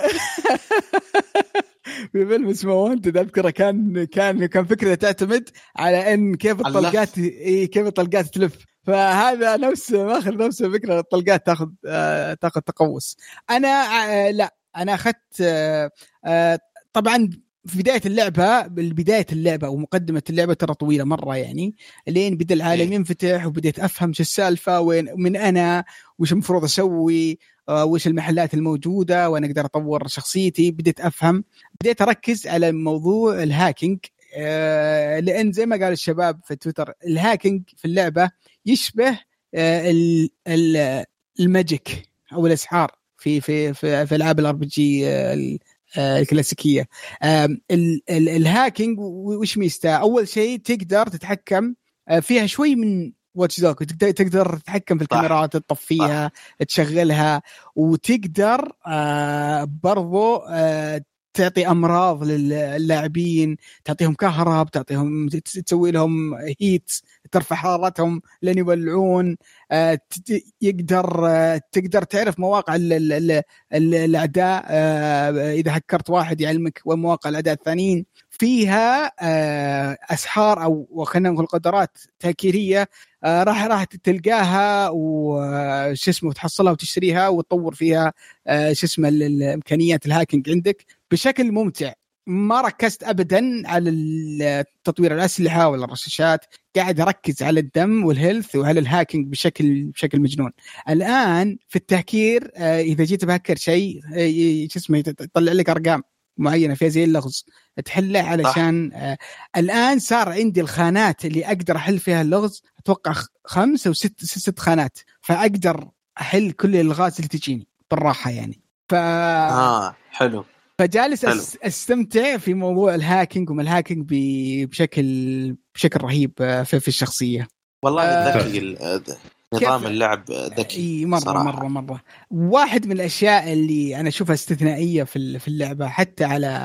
في فيلم اسمه وانتد أذكره كان فكرة تعتمد على ان كيف الطلقات تلف. فهذا ماخذ نفس فكرة الطلقات تاخذ تقوس. انا انا اخذت طبعا في بداية اللعبة ومقدمة اللعبة ترى طويلة مرة يعني، لين بدأ العالم ينفتح وبديت أفهم شو السالفة وين أنا وش المفروض أسوي وش المحلات الموجودة وأنا أقدر أطور شخصيتي. بديت أركز على موضوع الهاكينج، لأن زي ما قال الشباب في تويتر الهاكينج في اللعبة يشبه الماجيك أو الإسحار في ألعاب الار بي جي الكلاسيكية. الهاكينج وش ميزته؟ أول شيء تقدر تتحكم فيها شوي من واتش دوغ، تقدر تتحكم في الكاميرات، تطفيها تشغلها، وتقدر برضو تعطي أمراض للاعبين، تعطيهم كهرب، تسوي لهم هيت، ترفع حرارتهم لين يولعون. تقدر تعرف مواقع الأعداء، إذا هكرت واحد يعلمك وين مواقع الأعداء الثانيين. فيها أسحار أو خلينا نقول قدرات تهكيرية راح تلقاها وش اسمه تحصلها وتشتريها وتطور فيها الإمكانيات الهاكينج عندك بشكل ممتع. ما ركزت أبدا على تطوير الأسلحة ولا الرشاشات، قاعد أركز على الدم والهيلث وعلى الهاكينج بشكل مجنون. الآن في التهكير إذا جيت بهكر شيء يطلع لك أرقام معينة فيها زي اللغز تحله علشان الآن صار عندي الخانات اللي أقدر أحل فيها اللغز أتوقع 5 أو 6 خانات، فأقدر أحل كل الألغاز اللي تجيني بالراحة يعني.
حلو.
فجالس استمتع في موضوع الهاكينج الهاكينج بشكل رهيب في الشخصية.
والله ذكي نظام اللعب ذكي
مرة. واحد من الأشياء اللي أنا أشوفها استثنائية في اللعبة حتى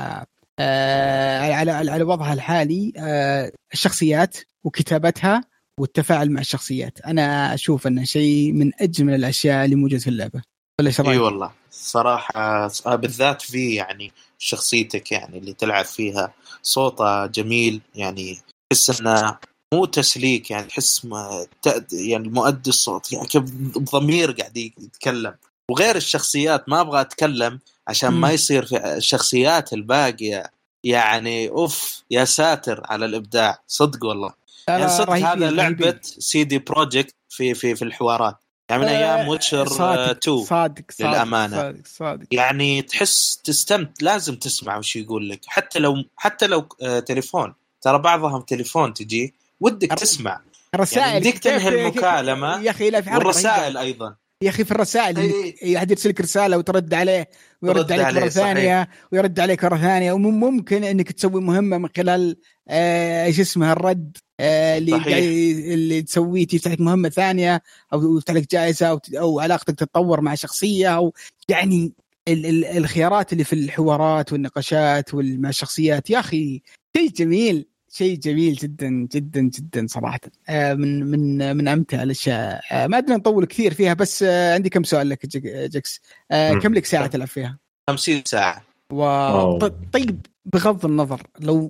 على وضعها الحالي، الشخصيات وكتابتها والتفاعل مع الشخصيات. أنا أشوف أنه شيء من أجمل الأشياء اللي موجود في اللعبة. ولا شرايك؟
اي والله صراحه بالذات في يعني شخصيتك يعني اللي تلعب فيها صوته جميل، يعني تحس انه مو تسليك، يعني تحس يعني مؤدي الصوت يعني بضمير قاعد يتكلم. وغير الشخصيات ما ابغى اتكلم عشان ما يصير في الشخصيات الباقيه، يعني اوف يا ساتر على الابداع صدق والله. يعني صدق هذا لعبه سي دي بروجكت في الحوارات، يعني من ايام ويتشر 2
صادق
للامانه. صادق. يعني تحس لازم تسمع وش يقول لك، حتى لو تليفون، ترى بعضهم تليفون تجي ودك تسمع
الرسائل،
يعني بدك تنهي المكالمة
يا أخي. لا، في
والرسائل أيضا
يا أخي، في الرسائل يحد يرسلك رسالة وترد عليه ويرد عليك مرة ثانية ويرد عليك مرة ثانية، وممكن إنك تسوي مهمة من خلال إيش اسمها الرد اللي تسويه، تفتح لك مهمة ثانية أو يفتح لك جائزة أو علاقتك تتطور مع شخصية، أو يعني الخيارات اللي في الحوارات والنقاشات مع الشخصيات. يا أخي شيء جميل جدا جدا جدا صراحة. من أمتع الأشياء. ما أدري نطول كثير فيها، بس عندي كم سؤال لك جكس. كم لك ساعة تلعب فيها؟
50 ساعة.
طيب بغض النظر،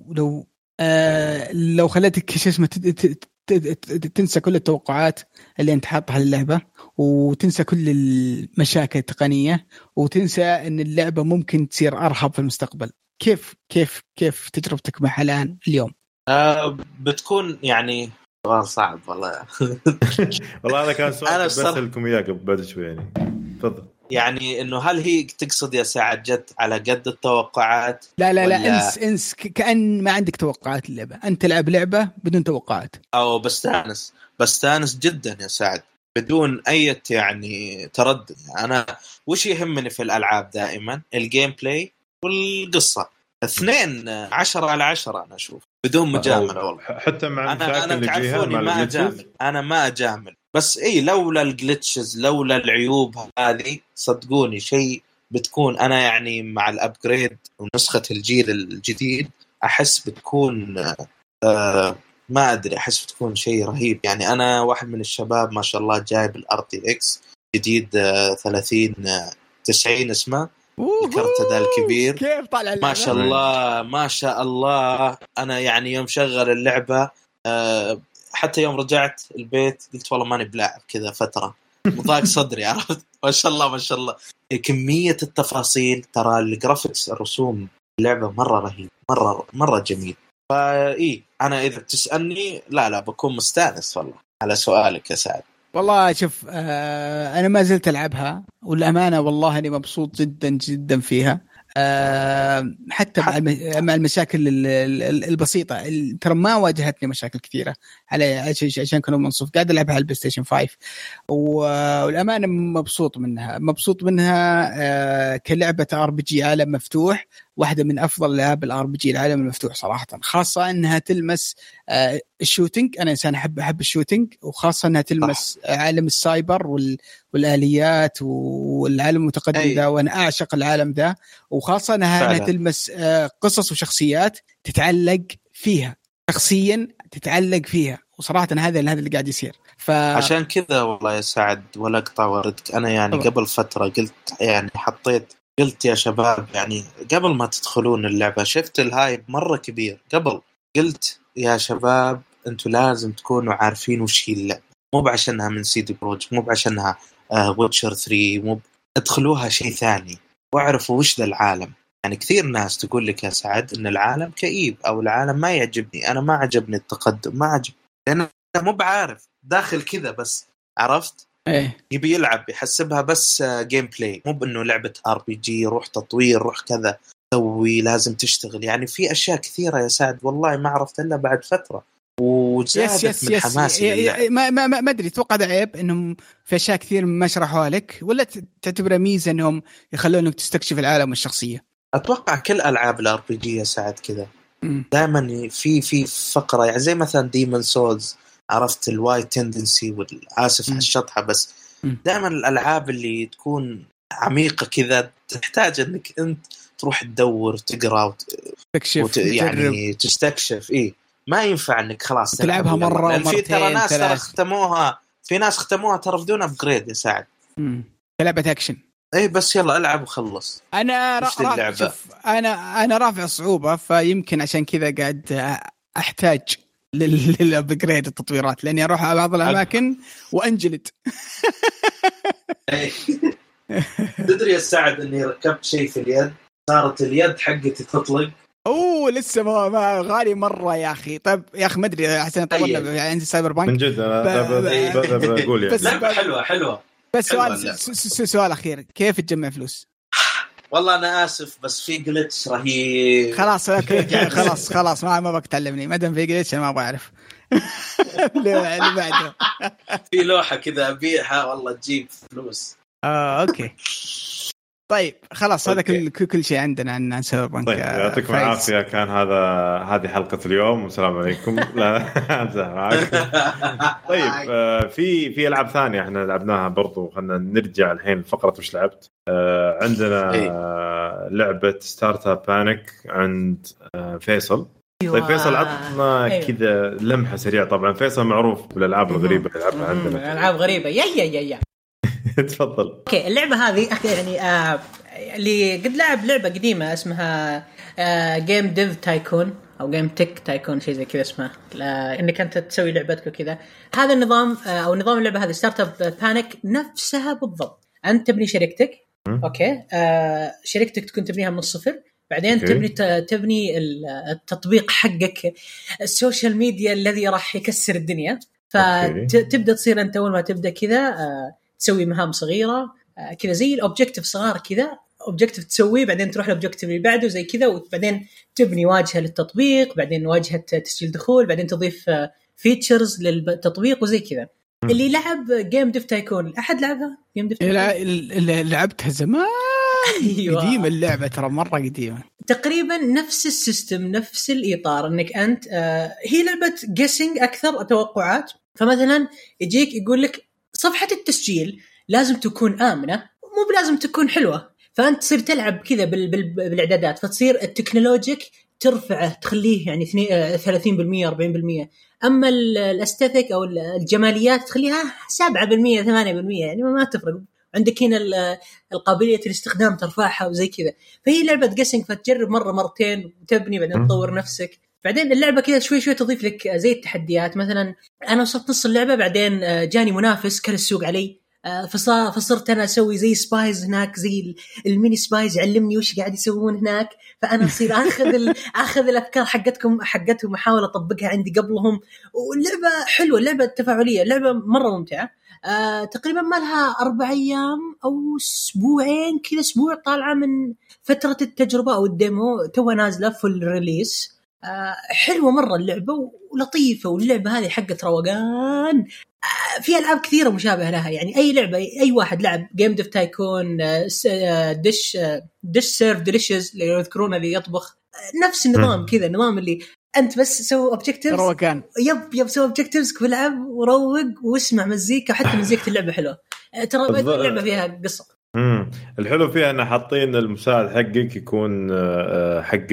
لو خليتك شو اسمه تنسى كل التوقعات اللي انت حاطها للعبة، وتنسى كل المشاكل التقنية، وتنسى ان اللعبة ممكن تصير أرهب في المستقبل، كيف تجربتك مع الآن اليوم؟
بتكون يعني صعب والله.
والله هذا كان سؤال بسألكم إياه بعد شوي يعني. تفضل.
يعني إنه هل هي تقصد يا ساعد جت على قد التوقعات؟
لا انس كأن ما عندك توقعات اللعبة، أنت تلعب لعبة بدون توقعات.
أو بستانس جدا يا سعد بدون أي يعني تردد. أنا وش يهمني في الألعاب دائما الجيم بلاي والقصة، 2 10 على 10 أنا أشوف بدون مجاملة والله.
حتى مع
أنا تعرفوني ما أجامل بس لولا الجلitches لولا العيوب هذه صدقوني شيء بتكون أنا يعني مع الأبجريد ونسخة الجيل الجديد أحس بتكون ما أدري، أحس بتكون شيء رهيب. يعني أنا واحد من الشباب ما شاء الله جايب RTX جديد 3090 اسمه الكرت ذا الكبير.
كيف طالع
ما شاء الله أنا يعني يوم شغل اللعبة حتى يوم رجعت البيت قلت والله ماني بلاعب كذا فترة مضاق صدري عرفت. ما شاء الله كمية التفاصيل، ترى الجرافيكس الرسوم اللعبة مرة رهيب مرة جميل. أنا إذا تسألني لا بكون مستانس والله على سؤالك يا سعد.
والله شوف أنا ما زلت ألعبها والأمانة والله أني مبسوط جدا جدا فيها. حتى مع المشاكل البسيطة، ترى ما واجهتني مشاكل كثيرة عشان كانوا منصف قاعد ألعبها على البلاي ستيشن 5 والأمانة مبسوط منها كلعبة RPG عالم مفتوح، واحدة من أفضل لعب الRPG العالم المفتوح صراحة، خاصة أنها تلمس الشوتينج. أنا إنسان أحب الشوتينج، وخاصة أنها تلمس عالم السايبر والآليات والعالم المتقدم ده، وأنا أعشق العالم ده، وخاصة أنها تلمس قصص وشخصيات تتعلق فيها شخصيا، تتعلق فيها، وصراحة هذا اللي قاعد يصير.
عشان كذا والله يا سعد ولا أقطع وردك، أنا يعني قبل فترة قلت يعني قلت يا شباب يعني قبل ما تدخلون اللعبة شفت الهايب مرة كبير، قلت يا شباب أنتوا لازم تكونوا عارفين وش هي اللعبة، مو بعشانها من CD Projekt، مو بعشانها ويتشر 3، مو ادخلوها شيء ثاني واعرفوا وش ذا العالم. يعني كثير ناس تقول لك يا سعد إن العالم كئيب أو العالم ما يعجبني، أنا ما عجبني التقدم، ما عجب لأن أنا مو بعارف داخل كذا بس عرفت يبي يلعب يحسبها بس جيم بلاي، مو بأنه لعبة RPG روح تطوير روح كذا سوي لازم تشتغل. يعني في أشياء كثيرة يا سعد والله ما عرفت إلا بعد فترة وزادت من حماسي.
ما أدري، توقع ده عيب إنهم في أشياء كثير ما شرحوها لك، ولا تعتبره ميزة إنهم يخلونك تستكشف العالم والشخصية؟
أتوقع كل ألعاب الRPG يا سعد كذا دائما في فقرة، يعني زي مثلا ديمون سولز عرفت الواي تندنسي والآسف على الشطحة، بس دائما الألعاب اللي تكون عميقة كذا تحتاج أنك أنت تروح تدور تقرأ يعني تستكشف. ما ينفع أنك خلاص
تلعبها مرة ومرتين.
في ترى ناس ختموها، في ناس ختموها ترى بدون أبجريد يا سعد.
لعبة أكشن
اي بس يلا العب وخلص.
انا رافع الصعوبه، فيمكن عشان كذا قاعد احتاج للابجريد التطويرات، لاني اروح على بعض الاماكن وانجلد.
تدري يا سعد اني ركبت شيء في اليد، صارت اليد حقتي تطلق.
لسه ما غالي مره يا اخي. طيب يا اخي ما ادري عشان طولنا عندي سايبر بانك
من جد بقول يعني
لعبه حلوه.
بس سؤال اخير، كيف تجمع فلوس؟
والله انا اسف بس في جلتش رهيب.
خلاص خلاص ما بك تعلمني، ما دام في جلتش انا ما ابغى اعرف. اللي بعده
في لوحه كذا ابيعها والله تجيب فلوس.
اوكي طيب خلاص. هذا كل شيء عندنا عن سايبر بانك.
طيب يعطيكم العافيه. كان هذه حلقه اليوم والسلام عليكم. لا امزح معك. طيب في العاب ثانيه احنا لعبناها برضو. خلينا نرجع الحين لفقره وش لعبت. عندنا لعبه ستارت اب بانيك عند فيصل. طيب فيصل عطنا كذا لمحه سريعه. طبعا فيصل معروف بالالعاب الغريبه اللي يلعبها عندنا.
العاب غريبه يا
تفضل.
اوكي اللعبه هذه يعني اللي قد لعب لعبه قديمه اسمها جيم ديف تايكون او جيم تك تايكون شيء زي كذا اسمها، انك انت تسوي لعبتك وكذا. هذا النظام او نظام اللعبه هذه ستارت اب بانيك نفسها بالضبط. انت تبني شركتك اوكي شركتك تكون تبنيها من الصفر، بعدين تبني التطبيق حقك السوشيال ميديا الذي راح يكسر الدنيا. فتبدا تصير انت اول ما تبدا كذا تسوي مهام صغيره كذا زي الاوبجكتيف صغار كذا، اوبجكتيف تسويه بعدين تروح للاوبجكتيف اللي بعده زي كذا، وبعدين تبني واجهه للتطبيق، بعدين واجهه تسجيل دخول، بعدين تضيف فيتشرز للتطبيق وزي كذا. اللي لعب جيم ديف تايكون احد لعبها؟ جيم ديف
اللي لعبتها زمان. قديمه اللعبه ترى مره قديمه.
تقريبا نفس السيستم نفس الاطار، انك انت هي لعبه جيسنج اكثر توقعات. فمثلا يجيك يقول لك صفحه التسجيل لازم تكون آمنة، مو بلازم تكون حلوة. فأنت تصير تلعب كذا بالإعدادات، فتصير التكنولوجيك ترفعه تخليه يعني 30% 40%. أما الأستيثيك أو الجماليات تخليها 7% 8%، يعني ما تفرق. عندك هنا القابلية الاستخدام ترفعها وزي كذا. فهي لعبة جيسنج، فتجرب مرة مرتين وتبني بعدين تطور نفسك. بعدين اللعبة كذا شوي شوي تضيف لك زي التحديات. مثلا أنا وصلت نص اللعبة بعدين جاني منافس كل السوق علي، فصرت أنا أسوي زي سبايز هناك، زي الميني سبايز يعلمني وش قاعد يسوون هناك. فأنا أصير أخذ الأفكار حقتهم أحاول أطبقها عندي قبلهم. واللعبة حلوة، اللعبة تفاعلية، اللعبة مرة ممتعة. تقريبا ما لها 4 أيام أو أسبوعين كذا، أسبوع طالعة من فترة التجربة أو الديمو، توها نازلة فل ريليس. حلوة مرة اللعبة ولطيفة، واللعبة هذه حقت روقان. في ألعاب كثيرة مشابهة لها، يعني أي لعبة أي واحد لعب جيم ديف تايكون ديش سيرف ديليشز اللي يذكرونه اللي يطبخ نفس النظام كذا، النظام اللي أنت بس سوي أوبجكتيفز روقان. يب سوي أوبجكتيفز والعب وروق واسمع مزيكا، حتى مزيكة اللعبة حلوة. ترى اللعبة فيها قصة.
الحلو فيها أن حاطين المساعد حقك يكون حق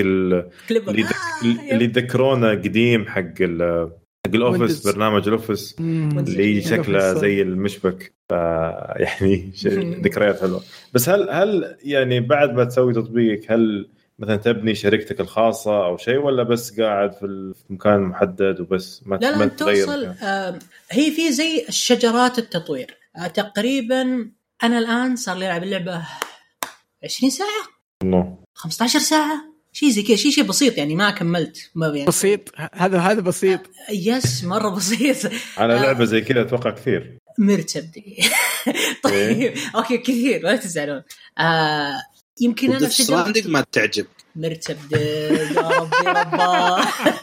اللي ذكرونا قديم حق الأوفيس، برنامج الأوفيس اللي شكله زي المشبك. يعني ذكريات حلوة. بس هل يعني بعد ما تسوي تطبيق هل مثلا تبني شركتك الخاصة أو شيء، ولا بس قاعد في مكان محدد وبس ما
توصل؟ هي في زي الشجرات التطوير. تقريبا أنا الآن صار لي ألعب اللعبة 20 ساعة 15 ساعة شيء زي كذا، شيء بسيط يعني ما كملت، ما يعني
بسيط. هذا بسيط.
يس مرة بسيط.
على لعبة زي كذا أتوقع كثير
مرتب دي. طيب أوكي كثير لا تزعلون. يمكن أنا
عندك ما تعجب
مرتب دي. يا ربي ربا.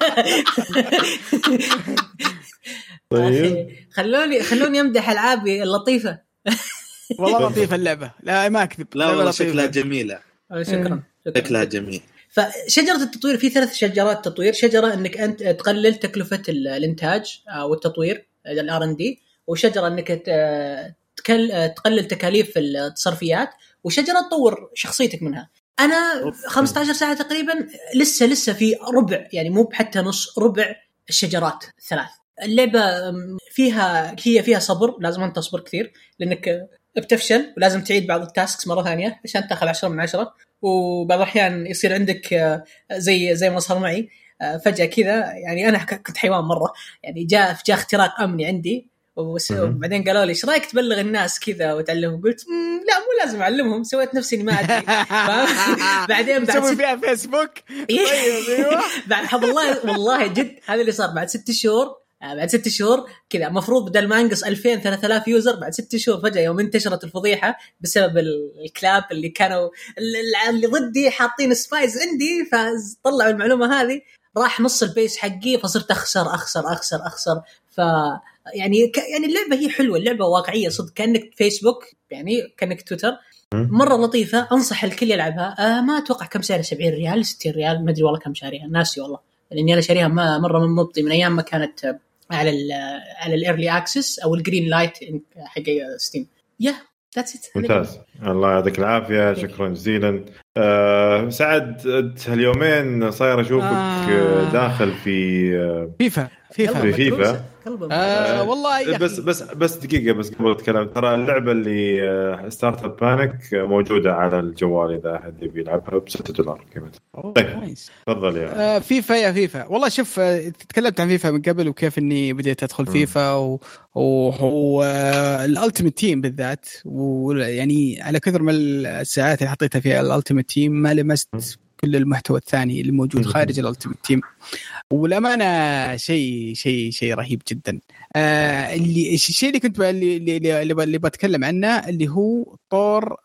طيب
خلوني أمدح ألعابي اللطيفة.
والله لطيفة اللعبة، لا ما أكذب.
لا والله شكلها جميلة.
شكرا.
شكلها جميل.
فشجرة التطوير في 3 شجرات تطوير. شجرة انك انت تقلل تكلفة الانتاج والتطوير الR&D، وشجرة انك تقلل تكاليف التصرفيات، وشجرة تطور شخصيتك منها. انا 15 ساعة تقريبا لسه في ربع، يعني مو حتى نص، ربع الشجرات 3. اللعبة فيها صبر، لازم انت تصبر كثير، لانك بتفشل ولازم تعيد بعض التاسكس مرة ثانية عشان تأخذ 10 من 10. وبعض الأحيان يصير عندك زي ما صار معي فجأة كذا. يعني أنا كنت حيوان مرة، يعني جاء اختراق أمني عندي وبعدين قالوا لي ايش رايك تبلغ الناس كذا وتعلمهم؟ قلت لا مو لازم اعلمهم، سويت نفسي اني ما ادري. بعدين
سوي فيها فيسبوك. طيب ايوه
بعد والله جد هذا اللي صار. بعد 6 شهور بعد 6 شهور كذا مفروض بدل ما انقص 2000 3000 يوزر، بعد 6 شهور فجأة يوم انتشرت الفضيحة بسبب الكلاب اللي كانوا اللي ضدي حاطين سبايز عندي، فطلعوا المعلومة هذه، راح نص البيس حقي، فصرت أخسر. يعني اللعبة هي حلوة، اللعبة واقعية صدق، كأنك فيسبوك، يعني كأنك تويتر، مرة لطيفة. أنصح الكل يلعبها. ما أتوقع كم سعرها، 70 ريال 60 ريال ما أدري والله كم شاريها، ناسي والله، لأني أنا شاريها مرة من مبطي من أيام ما كانت على الإيرلي أكسس أو الجرين لايت حق ستيم.
ممتاز، الله يعطيك العافية، شكرا جزيلا. سعد هاليومين صاير أشوفك داخل في
فيفا والله
بس دقيقة بس قبل أتكلم، ترى اللعبة اللي ستارت اب بانك موجودة على الجوال إذا أحد يبي يلعبها $6 قيمتها. طيب تفضل يا
فيفا. والله شوف، تكلمت عن فيفا من قبل وكيف إني بديت أدخل فيفا والألتيميت تيم بالذات، ويعني على كثر من الساعات اللي حطيتها في الألتيميت تيم ما لمست كل المحتوى الثاني اللي موجود خارج الألتيميت تيم. والأمانة شيء رهيب جدا. الشيء اللي كنت اللي بتكلم عنه اللي هو طور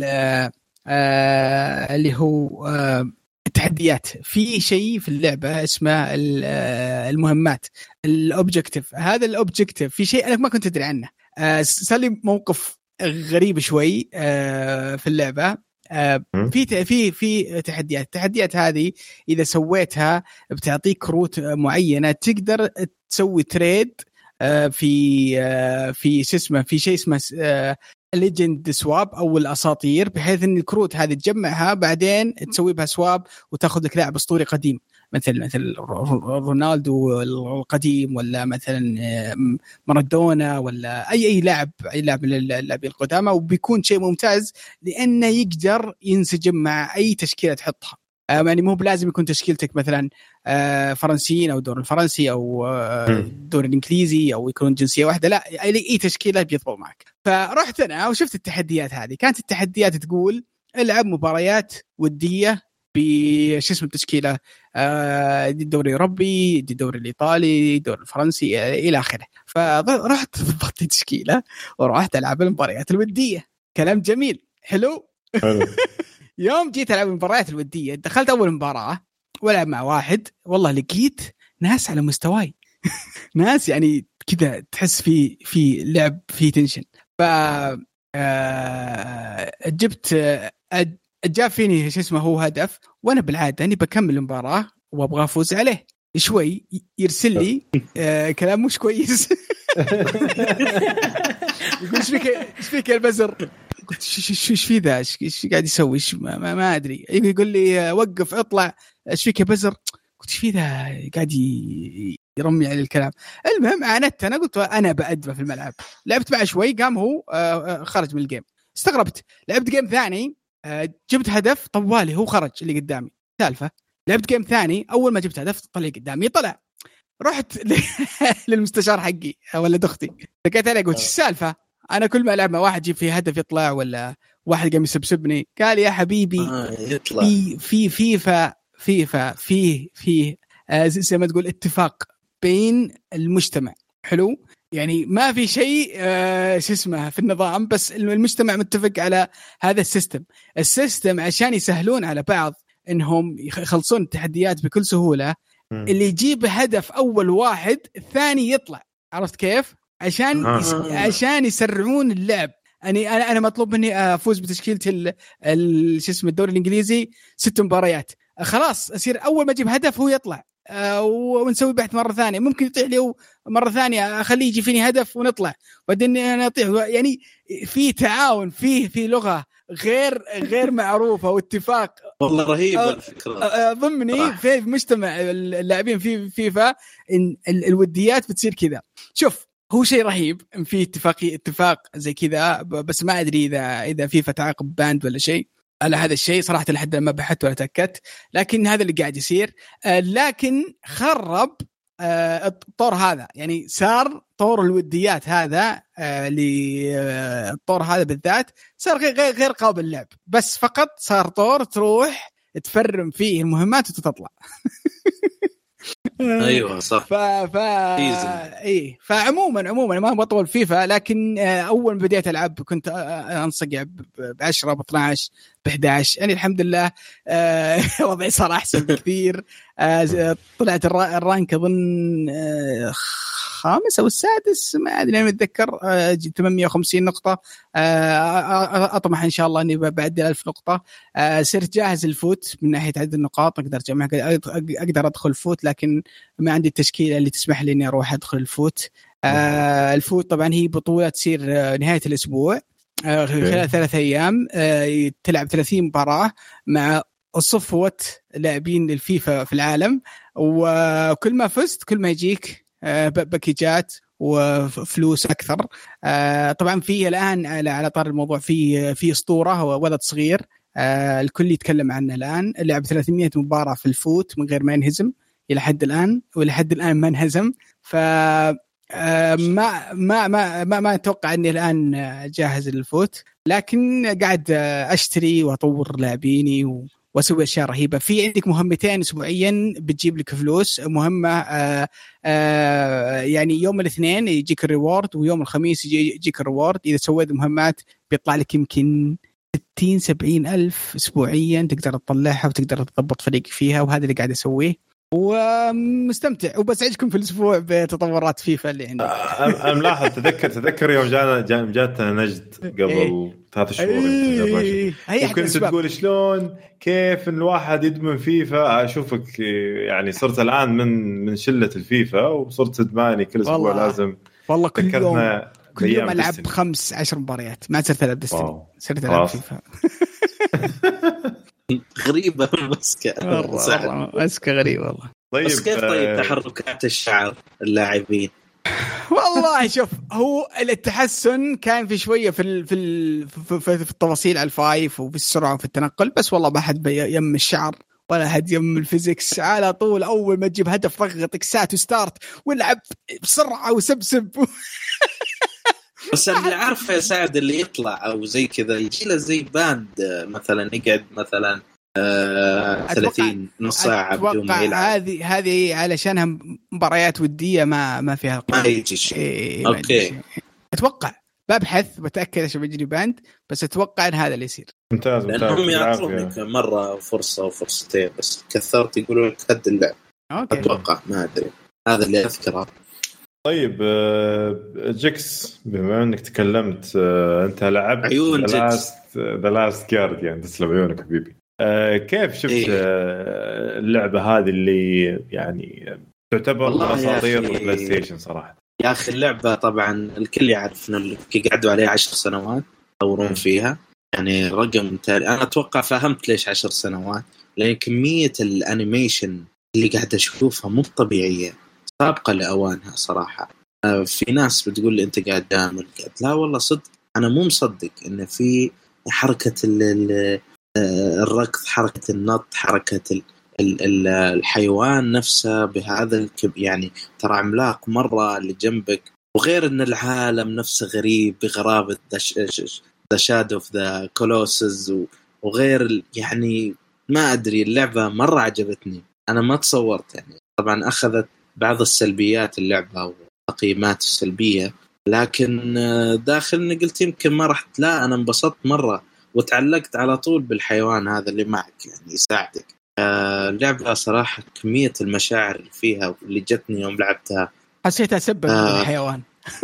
اللي هو التحديات. في شيء في اللعبة اسمه المهمات، الأوبجكتيف. هذا الأوبجكتيف في شيء أنا ما كنت أدري عنه. صار لي موقف غريب شوي في اللعبة. في تحديات هذه إذا سويتها بتعطيك كروت معينة، تقدر تسوي تريد في شيء اسمه ليجند سواب أو الأساطير، بحيث أن الكروت هذه تجمعها بعدين تسوي بها سواب وتأخذ لك لاعب أسطوري قديم مثل رونالدو القديم، ولا مثلا مارادونا، ولا أي لاعب من اللاعبين القدامى، وبيكون شيء ممتاز لأنه يقدر ينسجم مع أي تشكيلة تحطها. يعني مو بلازم يكون تشكيلتك مثلا فرنسيين أو دور الفرنسي أو دور الإنجليزي أو يكون جنسية واحدة، لا أي تشكيلة بيضبط معك. فرحت أنا وشفت التحديات هذه. كانت التحديات تقول العب مباريات ودية بش اسم التشكيلة، الدوري الأوروبي، الدوري الإيطالي، الدوري الفرنسي إلى آخره. فرحت ضبطت تشكيلة ورحت ألعب المباريات الودية. كلام جميل حلو. يوم جيت ألعب المباريات الودية، دخلت أول مباراة وألعب مع واحد، والله لقيت ناس على مستواي. ناس يعني كذا تحس في لعب في تنشن. جبت جاء فيني شو اسمه هو هدف، وانا بالعاده اني بكمل المباراه وابغى افوز عليه. شوي يرسل لي كلام مش كويس. يقول ايش فيك يا البزر؟ قلت ايش في ذا، ايش قاعد يسوي، ما ادري. يقول لي وقف اطلع، ايش فيك يا بزر؟ قلت ايش في ذا قاعد يرمي على الكلام. المهم عاندت، انا قلت انا بأدبه في الملعب. لعبت معه شوي، قام هو خرج من الجيم. استغربت، لعبت جيم ثاني، جبت هدف طوالي هو خرج اللي قدامي. سالفة لعبت جيم ثاني، أول ما جبت هدف طلع قدامي، طلع. رحت للمستشار حقي ولا دختي، لقيت عليه قلت السالفة، أنا كل ما ألعب مع واحد يجيب فيه هدف يطلع، ولا واحد قام يسبسبني. قال يا حبيبي في فيفا في زي ما تقول اتفاق بين المجتمع. حلو، يعني ما في شيء شو اسمه في النظام، بس المجتمع متفق على هذا السيستم عشان يسهلون على بعض انهم يخلصون التحديات بكل سهولة. اللي يجيب هدف اول واحد الثاني يطلع، عرفت كيف؟ عشان يسرعون اللعب. انا مطلوب مني افوز بتشكيلة شو اسمه الدوري الانجليزي 6 مباريات، خلاص اصير اول ما اجيب هدف هو يطلع، ونسوي بحث مرة ثانية، ممكن يطيح لي مرة ثانية أخليه يجي فيني هدف ونطلع، بعدين أنا أطيح. يعني في تعاون، في لغة غير معروفة واتفاق
والله رهيب الفكرة
ضمني في مجتمع اللاعبين في فيفا. إن الوديات بتصير كذا. شوف هو شيء رهيب في اتفاق زي كذا، بس ما ادري اذا فيفا تعاقب باند ولا شيء على هذا الشيء صراحه لحد ما بحثت ولا تاكدت، لكن هذا اللي قاعد يصير. لكن خرب الطور هذا، يعني صار طور الوديات هذا الطور هذا بالذات صار غير قابل للعب، بس فقط صار طور تروح تفرم فيه المهمات وتطلع.
ايوه صح.
ايه فعموما ما بطول فيفا، لكن اول ما بديت العب كنت انصقع ب10 ب12 ب11، يعني الحمد لله وضعي صار احسن بكثير. طلعت الرانك اظن الخامس او السادس ما ادري، ما اتذكر. 850 نقطه. اطمح ان شاء الله اني بعد 1000 نقطه. صرت جاهز الفوت من ناحيه عدد النقاط، اقدر اجمع، اقدر ادخل الفوت، لكن ما عندي التشكيله اللي تسمح لي اني اروح ادخل الفوت. الفوت طبعا هي بطوله تصير نهايه الاسبوع خلال 3 أيام. تلعب 30 مباراه مع صفوه لاعبين الفيفا في العالم، وكل ما فزت كل ما يجيك باكيجات وفلوس اكثر. طبعا في الان على طار الموضوع في اسطوره، هو ولد صغير الكل يتكلم عنه الان، لعب 300 مباراه في الفوت من غير ما ينهزم الى حد الان، ولحد الان ما انهزم. ف ما اتوقع اني الان جاهز للفوت، لكن قاعد اشتري واطور لاعبيني واسوي اشياء رهيبه. في عندك مهمتين اسبوعيا بتجيب لك فلوس. مهمه يعني يوم الاثنين يجيك الريورد، ويوم الخميس يجيك الريورد. اذا سويت مهمات بيطلع لك يمكن 60-70 ألف اسبوعيا تقدر تطلعها وتقدر تضبط فريقك فيها، وهذا اللي قاعد اسويه ومستمتع. وبسعدكم في الاسبوع بتطورات فيفا اللي عندي.
انا ملاحظ تذكر يوم جاتنا نجد قبل 3 شهور وكنت تقول شلون كيف الواحد يدمن فيفا. اشوفك يعني صرت الان من شله الفيفا، وصرت ادماني كل اسبوع لازم.
والله كل يوم العب 5-10 مباريات. ما صرت العب دستني، صرت العب فيفا.
غريبة المسكة
مسكة غريبة والله.
طيب بس كيف تحركات الشعر اللاعبين؟
والله شوف، هو التحسن كان في شوية في التفاصيل على الفايف وفي السرعة وفي التنقل، بس والله ما حد يم الشعر ولا حد يم الفيزيكس. على طول أول ما تجيب هدف ضغط إكسات وستارت والعب بسرعة وسبسب.
بس اللي عارفه يا سعد اللي يطلع او زي كذا يجي له زي باند مثلا يقعد مثلا 30 نص ساعه بدون ما يلعب.
هذه علشانها مباريات وديه ما فيها
ما يجي شيء. اوكي
اتوقع ببحث بتاكد عشان بجري باند، بس اتوقع ان هذا اللي يصير.
ممتاز.
لانهم يعطونك مره فرصه وفرصتين، بس كثرت يقولوا لك هد اللعب.
أوكي.
اتوقع ما ادري، هذا اللي اذكره.
طيب جيكس، بما انك تكلمت انت لعبت
عيون جيكس
ذا لاست جارديان، تسلم عيونك حبيبي. كيف شفت اللعبه هذه اللي يعني تعتبر من اساطير البلاي ستيشن صراحه؟
يا اخي اللعبه طبعا الكل يعرف ان قعدوا عليها 10 سنوات يطورون فيها، يعني رقم انا اتوقع فهمت ليش 10 سنوات، لان كميه الانيميشن اللي قاعد اشوفها مو طبيعيه، سابقة لأوانها صراحة. في ناس بتقول لي أنت قاعد دامل، لا والله صدق أنا مو مصدق إن في حركة الركض، حركة النط، حركة الحيوان نفسه بهذا يعني ترى عملاق مرة اللي جنبك، وغير إن العالم نفسه غريب بغرابة The Shadow of the Colossus، وغير يعني ما أدري اللعبة مرة عجبتني. أنا ما تصورت يعني، طبعا أخذت بعض السلبيات اللعبة والتقييمات السلبية، لكن داخلني قلت يمكن ما رحت، لا أنا انبسطت مرة وتعلقت على طول بالحيوان هذا اللي معك يعني يساعدك. اللعبة صراحة كمية المشاعر اللي فيها واللي جتني يوم لعبتها
حسيتها سبب الحيوان.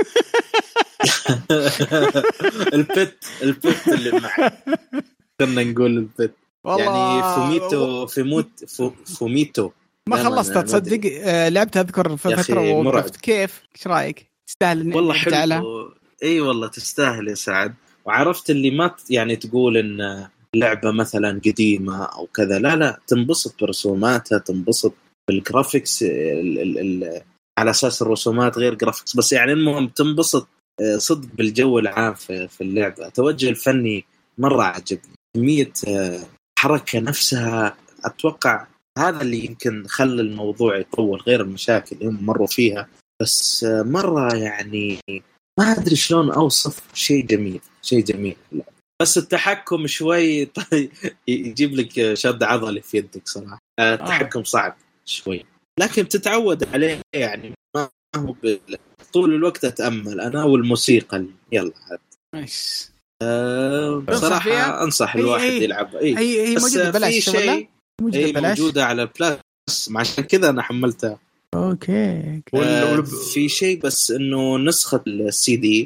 البت اللي معك كنا نقول البت يعني فوميتو ما
خلصت تصدق. لعبت اذكر في فتره ووقفت. كيف ايش رايك؟ تستاهل
والله حلو. اي والله تستاهل يا سعد. وعرفت اللي ما يعني تقول ان لعبه مثلا قديمه او كذا، لا تنبسط برسوماتها، تنبسط بالجرافيكس على اساس الرسومات غير جرافيكس بس، يعني المهم تنبسط صدق بالجو العام في اللعبه. التوجه الفني مره عجبني، كميه حركه نفسها. اتوقع هذا اللي يمكن خلى الموضوع يطول، غير المشاكل اللي هم مروا فيها، بس مره يعني ما ادري شلون اوصف. شيء جميل. لا. بس التحكم شوي يجيب لك شد عضلي في يدك صراحه. التحكم صعب شوي لكن تتعود عليه، يعني ما هو طول الوقت اتامل انا والموسيقى. يلا
نايس.
بصراحه انصح الواحد يلعبها.
هي موجوده ببلاش
ولا موجوده على البلاس، عشان كذا انا حملتها.
اوكي.
في شيء بس انه نسخه السي دي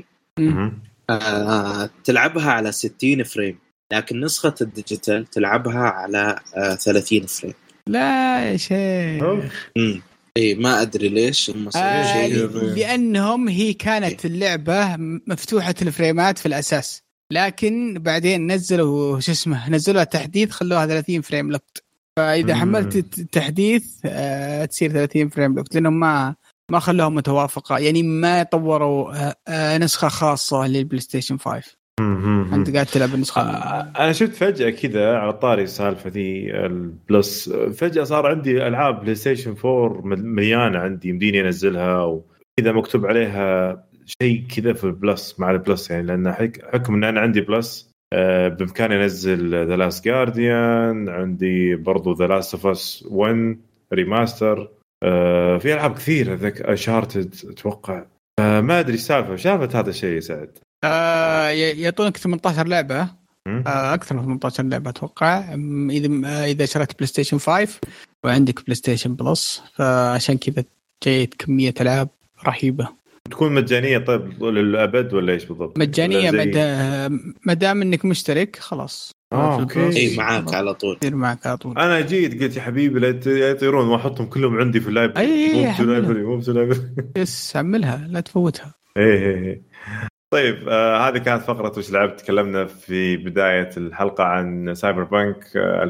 تلعبها على 60 فريم، لكن نسخه الديجيتال تلعبها على 30 فريم.
لا يا شيخ.
ما ادري ليش هم
شيء، لانهم هي كانت اللعبه مفتوحه الفريمات في الاساس، لكن بعدين نزلوا تحديث خلوها 30 فريم لوكت. فاذا حملت التحديث تصير 30 فريم لوكت، لانهم ما خلوها متوافقه، يعني ما طوروا نسخه خاصه للبلاي ستيشن 5. انت قاعد تلعب النسخه.
انا شفت فجاه كذا على طاري السالفه دي البلس، فجاه صار عندي العاب بلاي ستيشن 4 مليانه عندي، يمديني انزلها وكذا مكتوب عليها شيء كذا في البلس مع البلس، يعني لان حكم ان انا عندي بلس بامكاني انزل ذا لاست جارديان، عندي برضو ذا لاست اوف اس 1 ريماستر، في العاب كثير ذاك اشارتد اتوقع. ما ادري السالفه شافت هذا الشيء سعد.
يعطونك 18 لعبه، اكثر من 18 لعبه اتوقع، اذا شريت بلاي ستيشن 5 وعندك بلاي ستيشن بلس، فعشان كذا جايت كميه العاب رهيبه.
تكون مجانيه طيب للابد ولا ايش بالضبط؟
مجانيه ما دام انك مشترك خلاص.
اوكي معاك على طول.
انا جيت قلت يا حبيبي لا يطيرون واحطهم كلهم عندي في اللايبرري. مو
بس عملها لا تفوتها.
ايه طيب هذه كانت فقرة وش لعبت. تكلمنا في بداية الحلقة عن سايبر بانك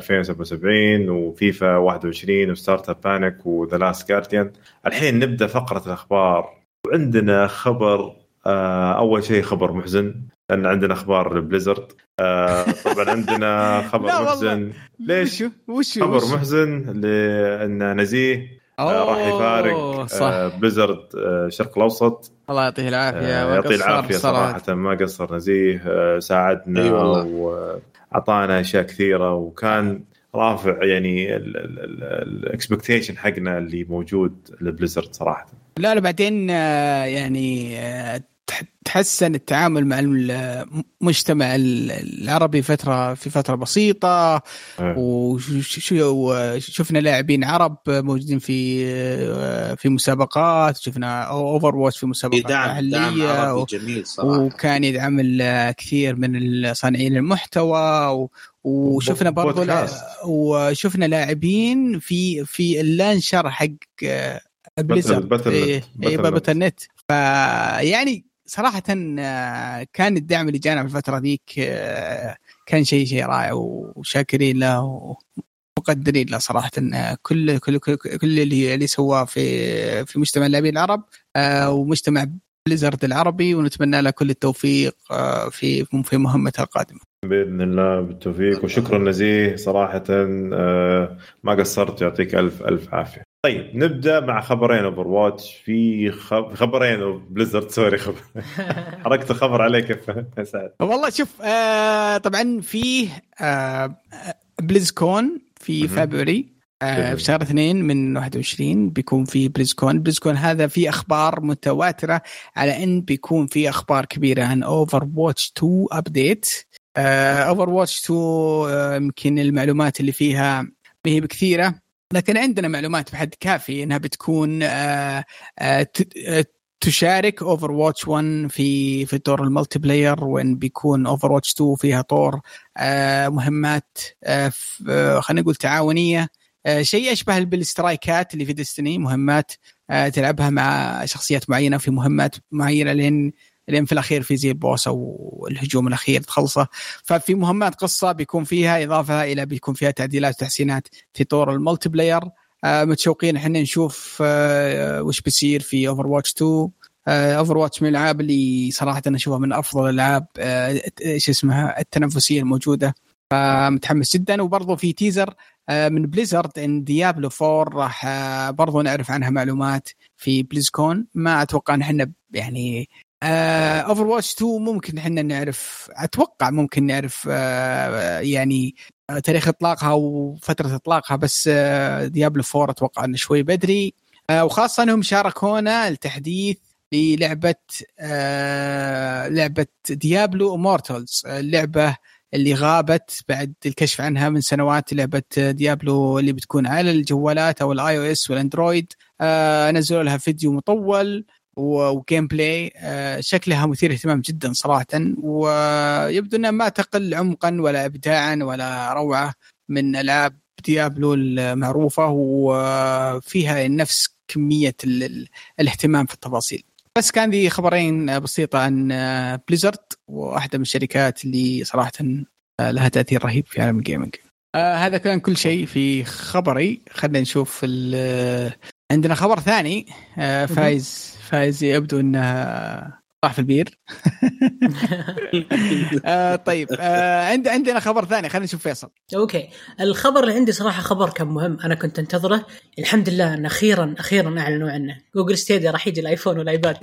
2077 وفيفا 21 وستارت اب بانيك وذا لاست جارديان. الحين نبدأ فقرة الأخبار، وعندنا خبر أول شيء خبر محزن، لأن عندنا أخبار بليزرد. طبعا عندنا خبر محزن. ليش؟ خبر محزن لأن نزيه راح يفارق بليزرد الشرق الأوسط.
الله يعطيه العافية.
يعطيه العافية صراحة، ما قصر نزيه، ساعدنا وعطانا أشياء كثيرة، وكان رافع يعني الاكسبكتيشن حقنا اللي موجود لبليزرد صراحة.
لا بعدين يعني تحسن التعامل مع المجتمع العربي في فترة بسيطة، وشفنا لاعبين عرب موجودين في مسابقات، شفنا اوفر واتش في مسابقات محلية، وكان يدعم كثير من صانعين المحتوى، وشفنا برضو وشفنا لاعبين في اللانشر حق باتل نت. فيعني صراحة كان الدعم اللي جانا في الفترة ذيك كان شيء رائع، وشاكرين له ومقدرين له صراحة. كل اللي سواه في مجتمع اللاعبين العرب ومجتمع بليزرد العربي، ونتمنى له كل التوفيق في مهمته القادمة
بإذن الله. بالتوفيق وشكرا نزيه صراحة، ما قصرت، يعطيك ألف عافية. طيب نبدأ مع خبرين اوفر واتش. في خبرين بليزرد، سوري حركت خبر عليك يا سعد.
والله شوف طبعا في بليزكون في فبراير في شهر 2 من 21 بيكون في بليزكون هذا في أخبار متواترة على أن بيكون في أخبار كبيرة عن اوفر واتش 2 أبديت. اوفر واتش 2 يمكن المعلومات اللي فيها ما هي بكثيرة، لكن عندنا معلومات بحد كافي انها بتكون تشارك اوفر واتش 1 في طور الملتي بلاير، وان بيكون اوفر واتش 2 فيها طور مهمات خلينا نقول تعاونيه، شيء اشبه بالسترايكات اللي في ديستني، مهمات تلعبها مع شخصيات معينه في مهمات معينه لين في الأخير في زي البوس أو الهجوم الأخير تخلصه. ففي مهمات قصة بيكون فيها إضافة إلى بيكون فيها تعديلات وتحسينات في طور الملتي بلاير. متشوقين احنا نشوف وش بيصير في اوفر واتش 2. اوفر واتش من الالعاب اللي صراحه انا اشوفها من افضل الالعاب ايش اسمها التنافسيه الموجوده، فمتحمس جدا. وبرضه في تيزر من بليزرد ان ديابلو 4 راح برضه نعرف عنها معلومات في بليزكون. ما اتوقع ان احنا يعني اوفر واتش 2 ممكن احنا نعرف، اتوقع ممكن نعرف يعني تاريخ اطلاقها وفتره اطلاقها، بس ديابلو 4 اتوقع انه شوي بدري. وخاصه انهم شاركونا التحديث للعبه لعبه ديابلو مورتالز، اللعبه اللي غابت بعد الكشف عنها من سنوات، لعبه ديابلو اللي بتكون على الجوالات او الاي او اس والاندرويد. نزلوا لها فيديو مطول وجيم بلاي، شكلها مثير اهتمام جدا صراحة، ويبدو أنها ما تقل عمقا ولا إبداعا ولا روعة من ألعاب ديابلو المعروفة، وفيها نفس كمية الاهتمام في التفاصيل. بس كان ذي خبرين بسيطة عن بليزرد، واحدة من الشركات اللي صراحة لها تأثير رهيب في عالم الجيمنج. هذا كان كل شيء في خبري. خلينا نشوف عندنا خبر ثاني. فايز يبدو انه راح في البير. طيب عندنا خبر ثاني، خلينا نشوف فيصل.
اوكي، الخبر اللي عندي صراحه خبر كان مهم، انا كنت انتظره. الحمد لله ان اخيرا اعلنوا عنه. جوجل ستيديا راح يجي الايفون والايباد.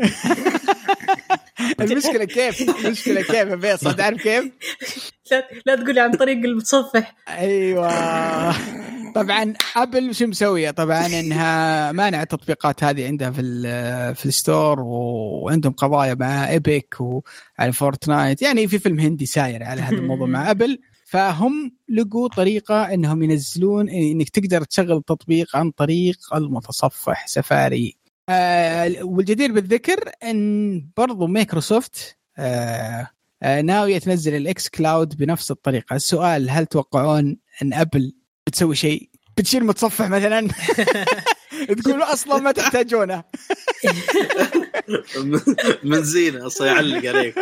المشكله كيف يا فيصل؟ تعرف كيف؟
لا تقولي عن طريق المتصفح.
ايوه طبعا ابل شو مسويه؟ طبعا انها مانع التطبيقات هذه عندها في الستور، وعندهم قضايا مع ايبك وعلى فورتنايت، يعني في فيلم هندي ساير على هذا الموضوع مع ابل. فهم لقوا طريقه انهم ينزلون انك تقدر تشغل التطبيق عن طريق المتصفح سفاري. والجدير بالذكر ان برضو مايكروسوفت ناوية تنزل الاكس كلاود بنفس الطريقة. السؤال، هل توقعون ان ابل بتسوي شيء بتشيل متصفح مثلا؟ تقولوا اصلا ما تحتاجونه
من زينة اصلا يعلق عليك.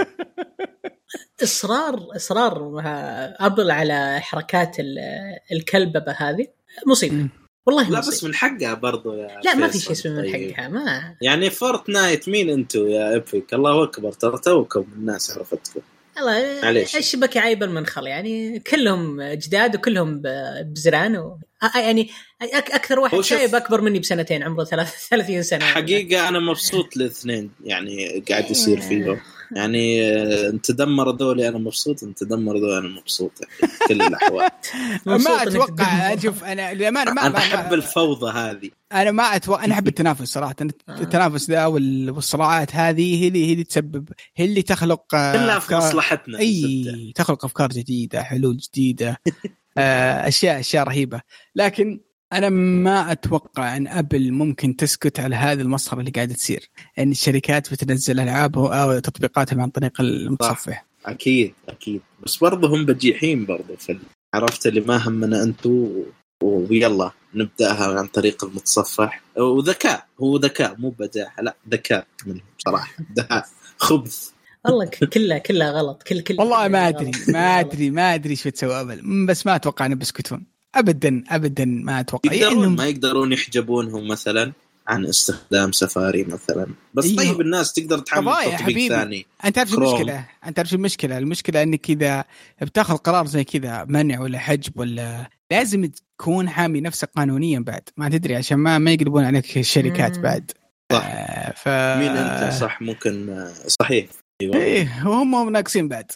اصرار ابل على حركات الكلببة هذه مصيبة والله.
لا بس من حقها برضو يا
لا ما في شيء اسمه من حقها. ما
يعني فورتنايت مين انتو يا ايبك؟ الله اكبر، ترى توكم الناس عرفتكم.
الله الشبكة عايبة المنخل، يعني كلهم جداد وكلهم بزران يعني أكثر واحد شايب أكبر مني بسنتين، عمره 30 سنة.
حقيقة أنا مبسوط الاثنين يعني قاعد يصير فيهم، يعني انت دمر ذولي أنا مبسوط، انت دمر ذولي أنا مبسوط، يعني كل الأحوال.
ما أتوقع أشوف أنا
أنا أحب الفوضى هذه.
أنا ما أتوقع، أنا أحب التنافس صراحة. التنافس ذا والصراعات هذه هي اللي تسبب، هي اللي تخلق
كلها في مصلحتنا.
أي تخلق أفكار جديدة، حلول جديدة، أشياء رهيبة. لكن أنا ما أتوقع أن أبل ممكن تسكت على هذه المسخرة اللي قاعدة تصير، أن الشركات بتنزل ألعابها أو تطبيقاتها عن طريق المتصفح.
أكيد بس برضه هم بجيحين برضه عرفت اللي ما همنا أنتو، ويلا نبدأها عن طريق المتصفح. وذكاء، هو ذكاء مو بجاحة، لا ذكاء منهم صراحة. ده خبث
والله، كلها غلط.
والله ما أدري شو تسوي أبل، بس ما أتوقع أن بسكتون أبدا ما أتوقع.
ما يقدرون يحجبونهم مثلا عن استخدام سفاري مثلا. بس طيب الناس تقدر تحمل تطبيق ثاني.
أنت تعرف المشكلة أنك إذا بتاخذ قرار زي كذا منع ولا حجب ولا، لازم تكون حامي نفسك قانونيا بعد، ما تدري عشان ما يقلبون عليك الشركات بعد.
صح. مين أنت؟ صح، ممكن صحيح.
إيه وهم ناقصين بعد.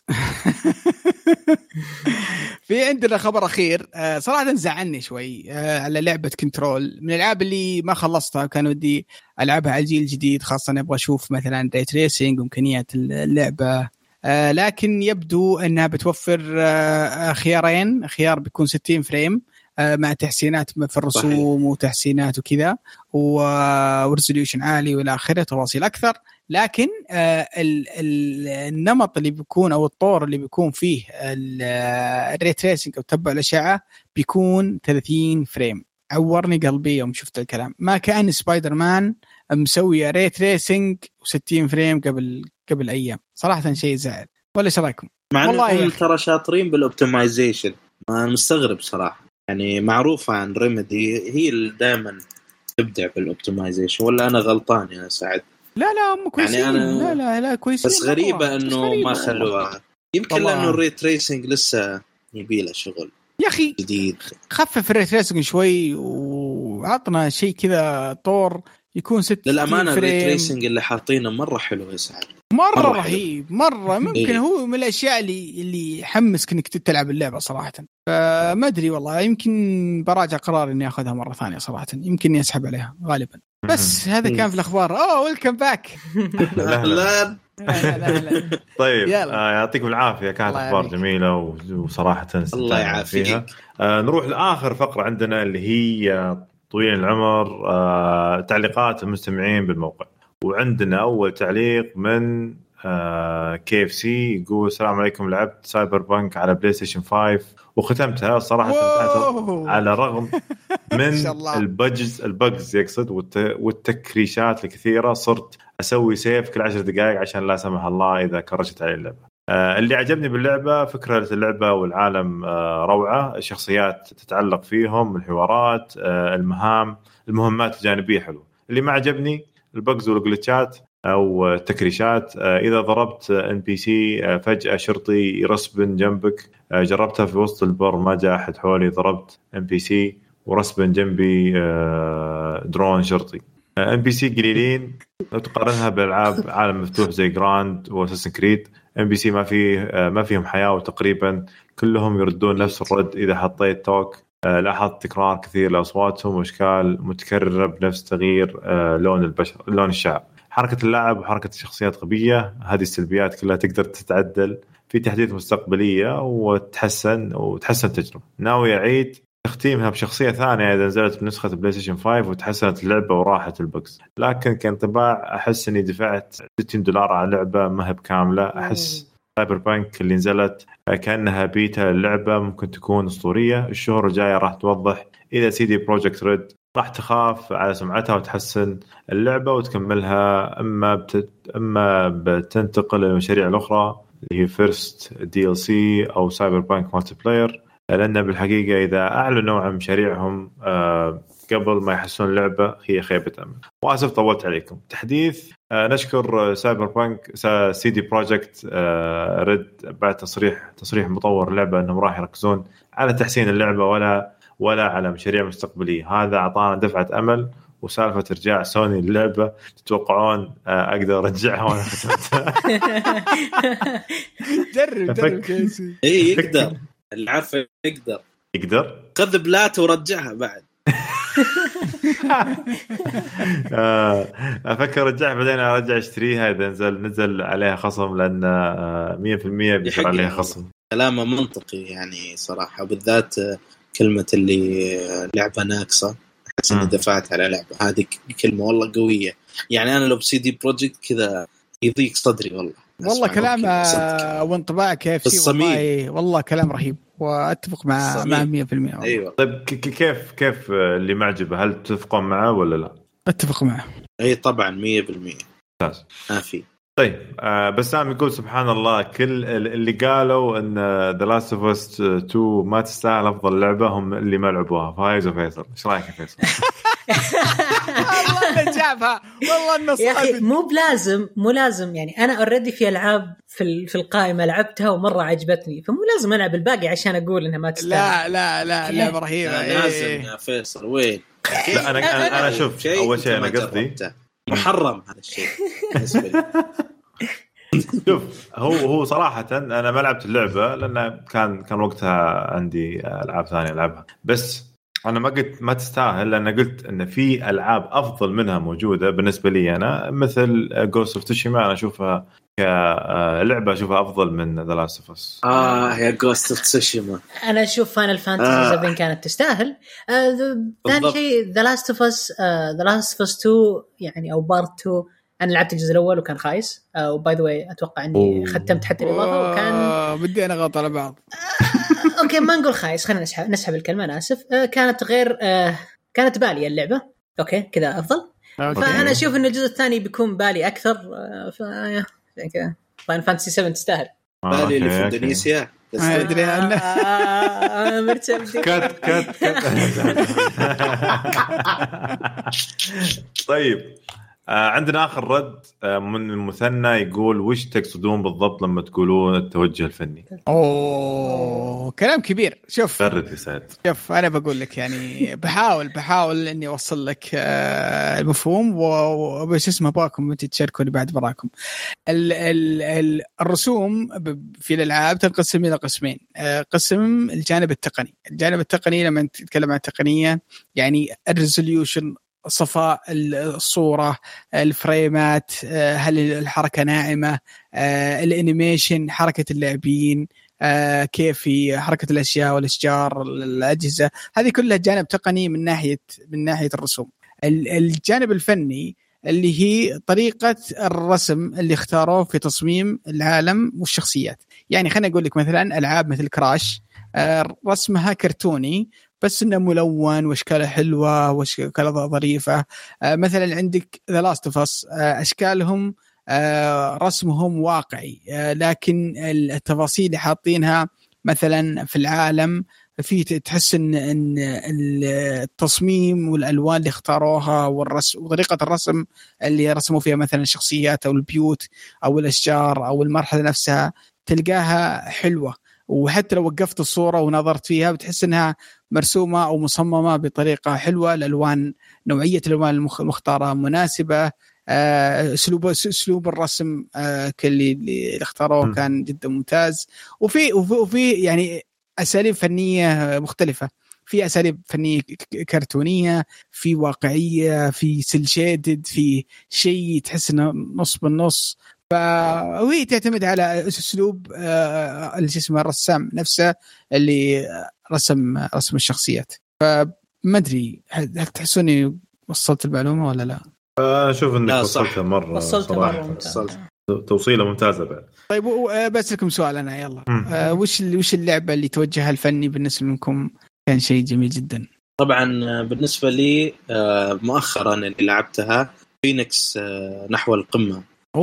في عندنا خبر أخير صراحة زعلني شوي على لعبة كنترول، من الألعاب اللي ما خلصتها، كان ودي ألعبها على الجيل الجديد، خاصة أبغى أشوف مثلا ري تريسينج وإمكانيات اللعبة. لكن يبدو أنها بتوفر خيارين، خيار بيكون 60 فريم مع تحسينات في الرسوم وتحسينات وكذا وريزوليوشن عالي والى اخره، تفاصيل اكثر. لكن النمط اللي بيكون او الطور اللي بيكون فيه الري تريسنج او تتبع الاشعه بيكون 30 فريم. عورني قلبي يوم شفت الكلام، ما كان سبايدر مان مسوي ري تريسنج و60 فريم قبل ايام. صراحه شيء زعل، ولا ايش رايكم؟
والله ترى شاطرين بالاوبتمايزيشن، ما مستغرب صراحه. يعني معروفة عن ريميدي هي اللي دائما تبدع بالاوبتمايزيشن، ولا انا غلطان يا سعد؟
لا هم كويسين. يعني لا كويسين،
بس غريبة انه ما خلوها. يمكن لانه الري تريسنج لسه يبيله شغل
يا اخي
جديد.
خفف الري تريسنج شوي وعطنا شيء كذا طور يكون 60
للأمانة الري تريسنج اللي حاطينه مرة حلو يا سعد،
مرة رهيب مرة. ممكن هو من الأشياء اللي يحمسك إنك تلعب اللعبة صراحة. فما أدري والله، يمكن براجع قرار إني أخذها مرة ثانية صراحة، يمكن يسحب عليها غالبا. بس هذا كان في الأخبار. ويلكم باك.
لا
طيب يعطيكم العافية، كانت أخبار جميلة وصراحة
الله يعافيك.
نروح لآخر فقرة عندنا اللي هي طويل العمر، تعليقات المستمعين بالموقع. وعندنا أول تعليق من KFC يقول السلام عليكم، لعبت سايبر بانك على بلاي ستيشن 5 وختمتها صراحة على الرغم من البجز يقصد والتكريشات الكثيرة. صرت أسوي سيف كل 10 دقائق عشان لا سمح الله إذا كرشت علي اللعبة. اللي عجبني باللعبة فكرة اللعبة والعالم روعة، الشخصيات تتعلق فيهم، الحوارات، المهمات الجانبية حلوة. اللي ما عجبني البجز والجلتشات أو التكريشات. إذا ضربت NPC فجأة شرطي يرسبن جنبك، جربتها في وسط البر ما جاء أحد حولي، ضربت NPC ورسبن جنبي درون شرطي. NPC قليلين لو تقارنها بالألعاب عالم مفتوح زي جراند وأساسن كريد. NPC ما فيهم حياة، وتقريبا كلهم يردون نفس الرد. إذا حطيت توك لاحظت تكرار كثير لأصواتهم وأشكال متكررة بنفس تغيير لون البشر، لون الشعر. حركة اللاعب وحركة الشخصيات غبية. هذه السلبيات كلها تقدر تتعدل في تحديث مستقبلية وتحسن التجربة. ناوي أعيد تختيمها بشخصية ثانية إذا نزلت بنسخة بلاي ستيشن 5 وتحسنت اللعبة وراحت البكس. لكن كانطباع أحس إني دفعت $60 على لعبة ما هي بكاملة. أحس سايبر بانك اللي نزلت كأنها بيتا اللعبة ممكن تكون أسطورية. الشهور الجاية راح توضح إذا CD Projekt Red راح تخاف على سمعتها وتحسن اللعبة وتكملها، أما بتنتقل للمشاريع الأخرى اللي هي First DLC أو سايبر بانك مالتي بلاير. لأن بالحقيقة إذا أعلنوا عن مشاريعهم قبل ما يحسون اللعبة هي خيبة أمل. وأسف طولت عليكم. تحديث نشكر سايبر بانك CD Projekt Red بعد تصريح مطور اللعبة أنهم راح يركزون على تحسين اللعبة ولا على مشاريع مستقبلية. هذا أعطانا دفعة أمل. وسالفة رجاع سوني اللعبة تتوقعون أقدر أرجعها وأنا ختمتها؟
جرب كيسي.
إيه يقدر، اللي عارفه يقدر خذ بلات ورجعها بعد.
أفكر أرجعها بعدين أرجع أشتريها إذا نزل عليها خصم، لأن 100% بيصير عليها خصم.
كلامه منطقي يعني صراحة، بالذات كلمة اللي لعبة ناقصة. أحس إني دفعت على لعبة، هذه كلمة والله قوية. يعني أنا لو CD Projekt كذا يضيق صدري والله
كلام وانطباع KFC والله كلام رهيب، واتفق مع 100%.
ايوه.
طيب كيف اللي معجبه، هل تتفقون معه ولا لا؟
اتفق معه.
اي طبعا 100%.
ممتاز.
ما في.
طيب بسام يقول سبحان الله كل اللي قالوا ان The Last of Us 2 ما تستاهل افضل لعبه هم اللي ما لعبوها. فايز وفيصل، ايش رايك يا فيصل؟
والله جابها والله انه
يا اخي مو لازم يعني انا اوريدي في العاب في القائمه لعبتها ومره عجبتني، فمو لازم العب الباقي عشان اقول انها ما تستاهل.
لا لعبه رهيبه.
لازم يا فيصل وين؟
لا انا شوف اول شيء انا قصدي
محرم هذا الشيء بالنسبه لي.
شوف هو صراحه انا ما لعبت اللعبه لان كان وقتها عندي العاب ثانيه العبها، بس انا ما قلت ما تستاهل، لان قلت ان في العاب افضل منها موجوده بالنسبه لي انا، مثل Ghost of Tsushima انا اشوفها كلعبه اشوفها افضل من The Last of Us.
يا Ghost of Tsushima
انا اشوف Final Fantasy 7 كانت تستاهل. ثاني شيء The Last of Us 2 يعني او Part 2 انا لعبت الجزء الاول وكان خايس، وباي ذا واي اتوقع اني ختمت حتى الاضافه وكان بدي انا
غلط على بعض.
اوكي ما نقول خايس، خلينا نسحب الكلمه، انا اسف. كانت غير كانت باليه اللعبه اوكي كذا افضل. فانا اشوف ان الجزء الثاني بيكون بالي اكثر. كذا فاين فانتسي 7 تستاهل.
بالي اللي في اندونيسيا
ما ادري انا
مرتبط
كات طيب عندنا آخر رد من المثنى يقول وش تقصدون بالضبط لما تقولون التوجه الفني؟
كلام كبير. شوف
فرد يا سعد.
شوف أنا بقول لك يعني بحاول إني أوصل لك المفهوم وبس اسمه باكم تشاركوني بعد براكم. الرسوم في الألعاب تنقسم إلى قسمين. قسم الجانب التقني لما نتكلم عن التقنية يعني الريزوليوشن، صفاء الصورة، الفريمات، هل الحركة ناعمة، الانيميشن، حركة اللاعبين، كيف حركة الأشياء والأشجار، الأجهزة، هذه كلها جانب تقني من ناحية الرسوم. الجانب الفني اللي هي طريقة الرسم اللي اختاروه في تصميم العالم والشخصيات. يعني خلينا أقول لك مثلا ألعاب مثل كراش رسمها كرتوني بس إنه ملون وأشكاله حلوة وأشكاله ظريفة. مثلا عندك The Last of Us أشكالهم رسمهم واقعي، لكن التفاصيل اللي حاطينها مثلا في العالم في تحس إن التصميم والألوان اللي اختاروها والرسم وطريقة الرسم اللي رسموا فيها مثلا الشخصيات أو البيوت أو الأشجار أو المرحلة نفسها تلقاها حلوة. وحتى لو وقفت الصورة ونظرت فيها بتحس إنها مرسومة أو مصممة بطريقة حلوة. الألوان، نوعية الألوان المختارة مناسبة، أسلوب الرسم اللي اختاروه كان جدا ممتاز. وفي يعني أساليب فنية مختلفة، في أساليب فنية كرتونية، في واقعية، في سيل شيدد، في شيء تحس إنه نص بالنص. فهي تعتمد على أسلوب اللي اسمه الرسام نفسه اللي رسم الشخصيات. فما أدري هل تحسوني وصلت المعلومة ولا لا؟
أشوف إنك وصلتها مرة صراحة. توصيلة ممتازة بعد.
طيب بس لكم سؤال أنا يلا وش اللعبة اللي توجهها الفني بالنسبة لكم كان شيء جميل جدا؟
طبعا بالنسبة لي مؤخرا اللي لعبتها فينيكس نحو القمة.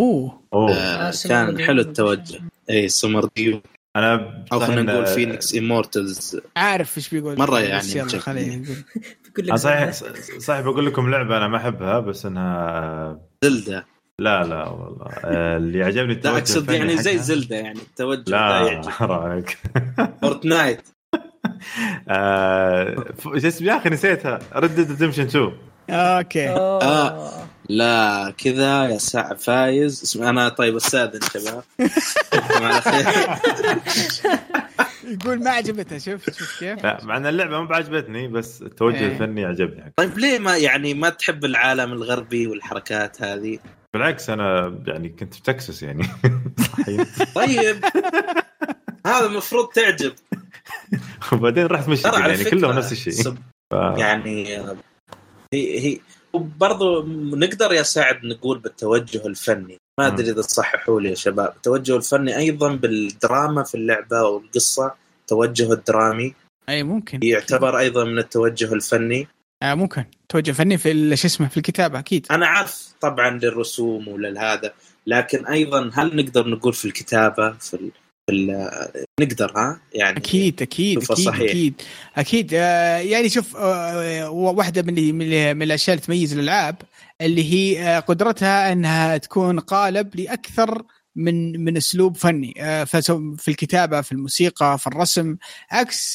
كان حلو التوجه. اي سمر ديو
انا
او خلينا نقول فينيكس إيمورتلز.
عارف ايش بيقول
مره يعني
خلينا
نقول صحيح بقول لكم لعبه انا ما احبها بس انها
زلدة.
لا والله اللي عجبني التوجه
اقصد يعني زي زلدة يعني التوجه
لا رايك
فورتنايت
ايش اسمه يا اخي نسيتها Red Dead Redemption 2.
اوكي
لا كذا يا ساعة فايز انا طيب استاذن شباب على خير.
يقول ما عجبته. شوف كيف
لا مع ان اللعبه ما عجبتني بس التوجه الفني عجبني.
طيب ليه ما تحب العالم الغربي والحركات هذه؟
بالعكس انا يعني كنت في تكساس يعني
طيب هذا المفروض تعجب.
وبعدين رحت مشي يعني كله نفس الشيء
يعني هي وبرضو نقدر يا سعد نقول بالتوجه الفني. ما أدري إذا تصححوا لي يا شباب. التوجه الفني أيضا بالدراما في اللعبة والقصة، توجه الدرامي
أي ممكن
يعتبر أيضا من التوجه الفني.
ممكن توجه فني في اسمه في الكتابة أكيد.
أنا عارف طبعا للرسوم وللهذا، لكن أيضا هل نقدر نقول في الكتابة في نقدر يعني
أكيد يعني شوف واحدة من الأشياء اللي تميز الألعاب اللي هي قدرتها أنها تكون قالب لأكثر من أسلوب فني في الكتابة، في الموسيقى، في الرسم، عكس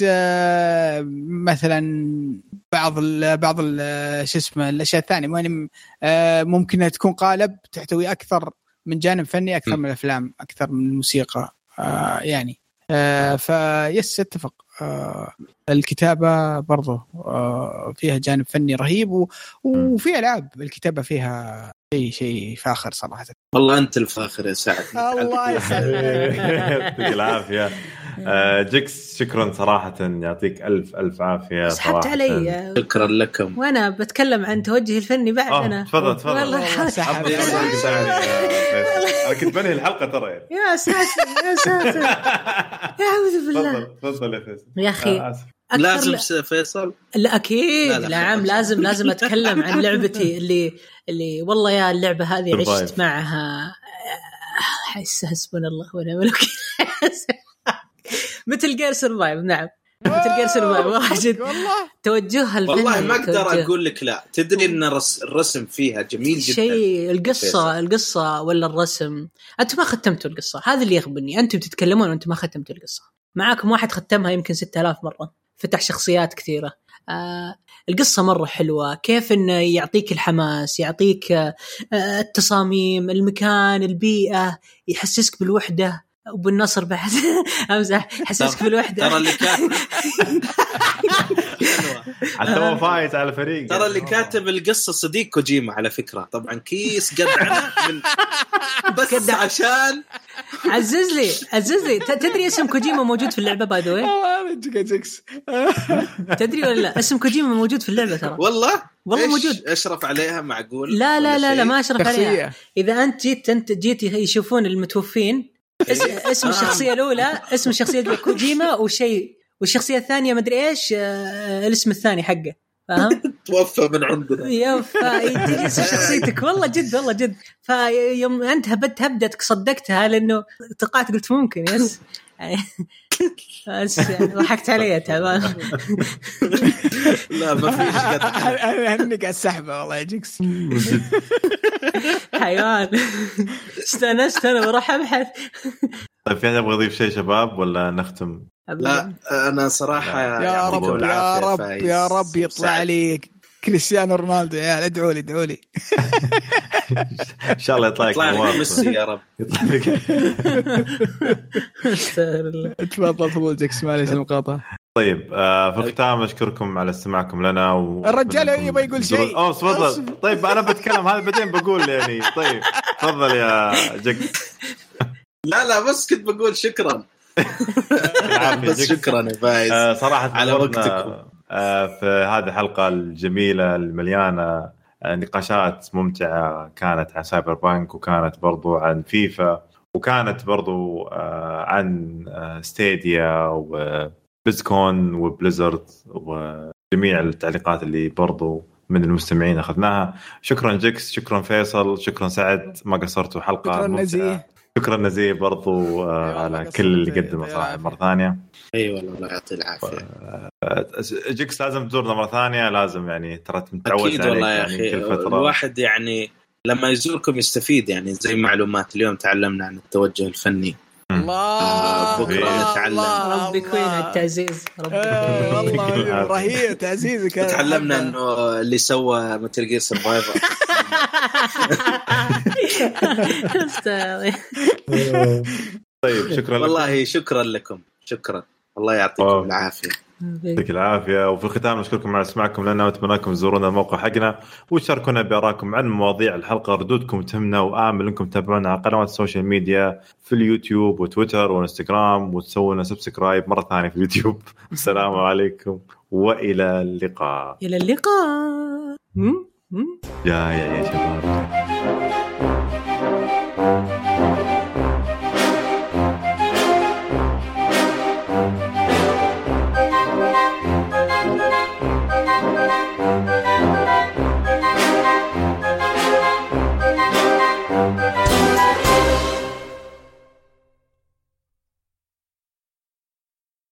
مثلا بعض الأشياء الثانية ممكن تكون قالب تحتوي أكثر من جانب فني، أكثر من الأفلام، أكثر من الموسيقى يعني فيس اتفق. الكتابة برضو فيها جانب فني رهيب وفي ألعاب الكتابة فيها شيء فاخر صراحة.
والله أنت الفاخر يا سعد.
الله يسلمك.
يعطيك العافية جيكس. شكرا صراحة يعطيك ألف عافية.
سحبت علي.
شكرا لكم.
وأنا بتكلم عن توجه الفني بعد. أنا
تفضل
والله
سحب. أنا كنت بنهي الحلقة ترى.
يا ساتر يا أعوذ بالله.
تفضل يا فيصل.
يا أخي
لازم فيصل.
لا أكيد نعم لازم أتكلم عن لعبتي اللي والله يا اللعبة هذه عشت معها حسبنا الله ونعم الوكيل. مثل جير سرفايف. نعم مثل جير سرفايف واجد توجهها الفني.
والله ما اقدر اقول لك لا. تدري ان الرسم فيها جميل جدا.
شيء القصه ولا الرسم. انتم ما ختمتوا القصه، هذا اللي يخبرني. انتم بتتكلمون وانتم ما ختمتوا القصه. معاكم واحد ختمها يمكن 6000 مره، فتح شخصيات كثيره. القصة مرة حلوة، كيف إنه يعطيك الحماس، يعطيك التصاميم، المكان، البيئة، يحسسك بالوحدة وبالنصر بعد. أمزح، يحسسك بالوحدة.
ترى اللي كان
حتى هو فايز على فريق.
ترى اللي كاتب القصة صديق كوجيما على فكرة. طبعا كيس قدعنا من بس عشان
عزز لي. تدري اسم كوجيما موجود في اللعبة باي ذا واي؟ تدري ولا لا؟ اسم كوجيما موجود في اللعبة ترى.
والله
موجود.
اشرف عليها معقول؟
لا ما اشرف عليها. إذا أنت جيت يشوفون المتوفين، اسم الشخصية الأولى اسم الشخصية كوجيما وشيء، والشخصية الثانية مدري إيش الاسم الثاني حقه، فاهم؟
توفى من عندنا
يا فايت شخصيتك. والله جد. فيوم أنت هبدتك صدقتها لأنه توقعت قلت ممكن يس ضحكت علي تمام.
لا ما فيش
أنا قاعد السحبة والله جيكس
حيوان. استنست أنا بروح أبحث.
طيب في أحد يبغى يضيف شيء شباب ولا نختم؟
لا أنا صراحة
يا رب يطلع لي كريستيانو رونالدو. يا ادعوا لي
ان شاء الله يطلع لك
ميسي يا رب.
تفضل جيكس معليش المقاطعة.
طيب في الختام اشكركم على استماعكم لنا
الرجال يبغى يقول شيء.
تفضل. طيب انا بتكلم هذا بعدين بقول يعني. طيب تفضل يا جيكس.
لا بس كنت بقول شكرا. بس شكرا يا فايز
صراحة
على وقتكم
في هذه الحلقة الجميلة المليانة نقاشات ممتعة، كانت عن سايبر بانك، وكانت برضو عن فيفا، وكانت برضو عن ستيديا وبيزكون وبليزرد وجميع التعليقات اللي برضو من المستمعين أخذناها. شكرا جيكس، شكرا فيصل، شكرا سعد، ما قصرتوا حلقة ممتعة. شكرا نزيه برضو على كل اللي قدمه صراحة مرة ثانية.
أيوة الله يعطي العافية.
جيكس لازم تزورنا مرة ثانية، لازم يعني ترى متعود
أكيد والله يا أخي. الواحد يعني لما يزوركم يستفيد يعني زي معلومات. اليوم تعلمنا عن التوجه الفني.
الله
بكرة نتعلم.
ربي كوين التعزيز.
والله رهيب تعزيزك.
تعلمنا إنه اللي سوى متل جير سرفايفر.
طيب شكرا
والله شكرا لكم. شكرا الله يعطيكم العافية.
يعطيك العافية. وفي الختام نشكركم على سماعكم لنا، واتمنى لكم تزورونا الموقع حقنا وتشاركونا بآرائكم عن مواضيع الحلقة. ردودكم تهمنا، وآمل انكم تتابعونا على قنوات السوشيال ميديا في اليوتيوب وتويتر وانستغرام، وتسوونا سبسكرايب مرة ثانية في اليوتيوب. السلام عليكم وإلى اللقاء.
إلى اللقاء.
يا شباب.